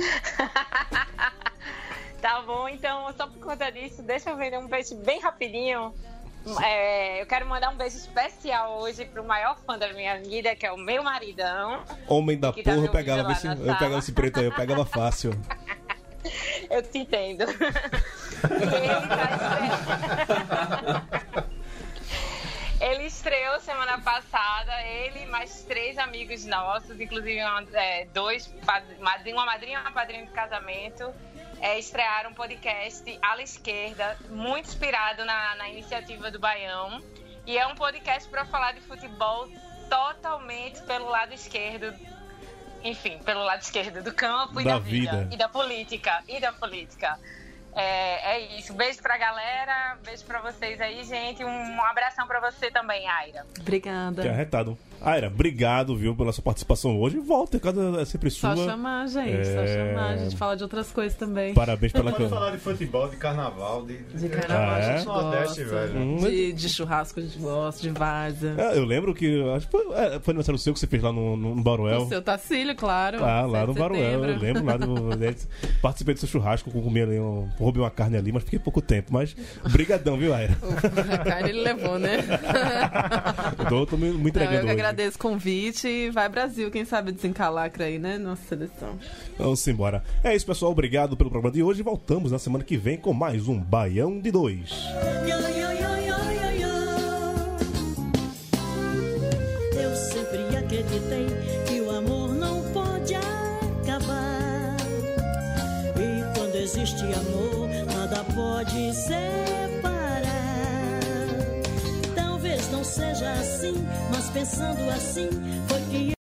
Tá bom, então, só por conta disso, deixa eu vender um peixe bem rapidinho. É, eu quero mandar um beijo especial hoje pro maior fã da minha vida, que é o meu maridão. Homem da Que tá porra, me eu pegava, ouvindo lá esse, na eu sala. pegava esse preto aí, eu pegava fácil. Eu te entendo. E ele tá estreando. Ele estreou semana passada, ele e mais três amigos nossos, inclusive uma, é, dois, madrinha, uma madrinha e uma padrinha de casamento, é, estrearam um podcast à esquerda, muito inspirado na, na iniciativa do Baião. E é um podcast para falar de futebol totalmente pelo lado esquerdo. Enfim, pelo lado esquerdo do campo e Da da vida. vida. E da política. E da política. É, é isso. Beijo pra galera. Beijo pra vocês aí, gente. Um, um abração pra você também, Aira. Obrigada. Que é arretado. Aira, obrigado, viu, pela sua participação hoje. Volta, cada é sempre sua. Só chamar, gente. É, Só chamar. A gente fala de outras coisas também. Parabéns pela Pode falar de futebol, de carnaval, de, De carnaval Ah, é? a gente Nordeste, gosta. velho. Hum, De, de churrasco a gente gosta, de várzea. É, eu lembro que. Acho que foi, é, foi aniversário seu que você fez lá no, no, no Baruel. O seu Tacílio, claro. Ah, lá sete no de Baruel, setembro. eu lembro lá do. né, participei do seu churrasco, comi ali, um, roubei uma carne ali, mas fiquei pouco tempo. Mas brigadão, viu, Aira? A carne ele levou, né? Eu tô, tô me, me Não, entregando eu que hoje. agradeço o convite e vai Brasil, quem sabe desencalacra aí, né? Nossa seleção. Vamos embora. É isso, pessoal. Obrigado pelo programa de hoje. Voltamos na semana que vem com mais um Baião de Dois. Eu sempre acreditei que o amor não pode acabar. E quando existe amor, nada pode separar. Talvez não seja assim, mas pensando assim, foi que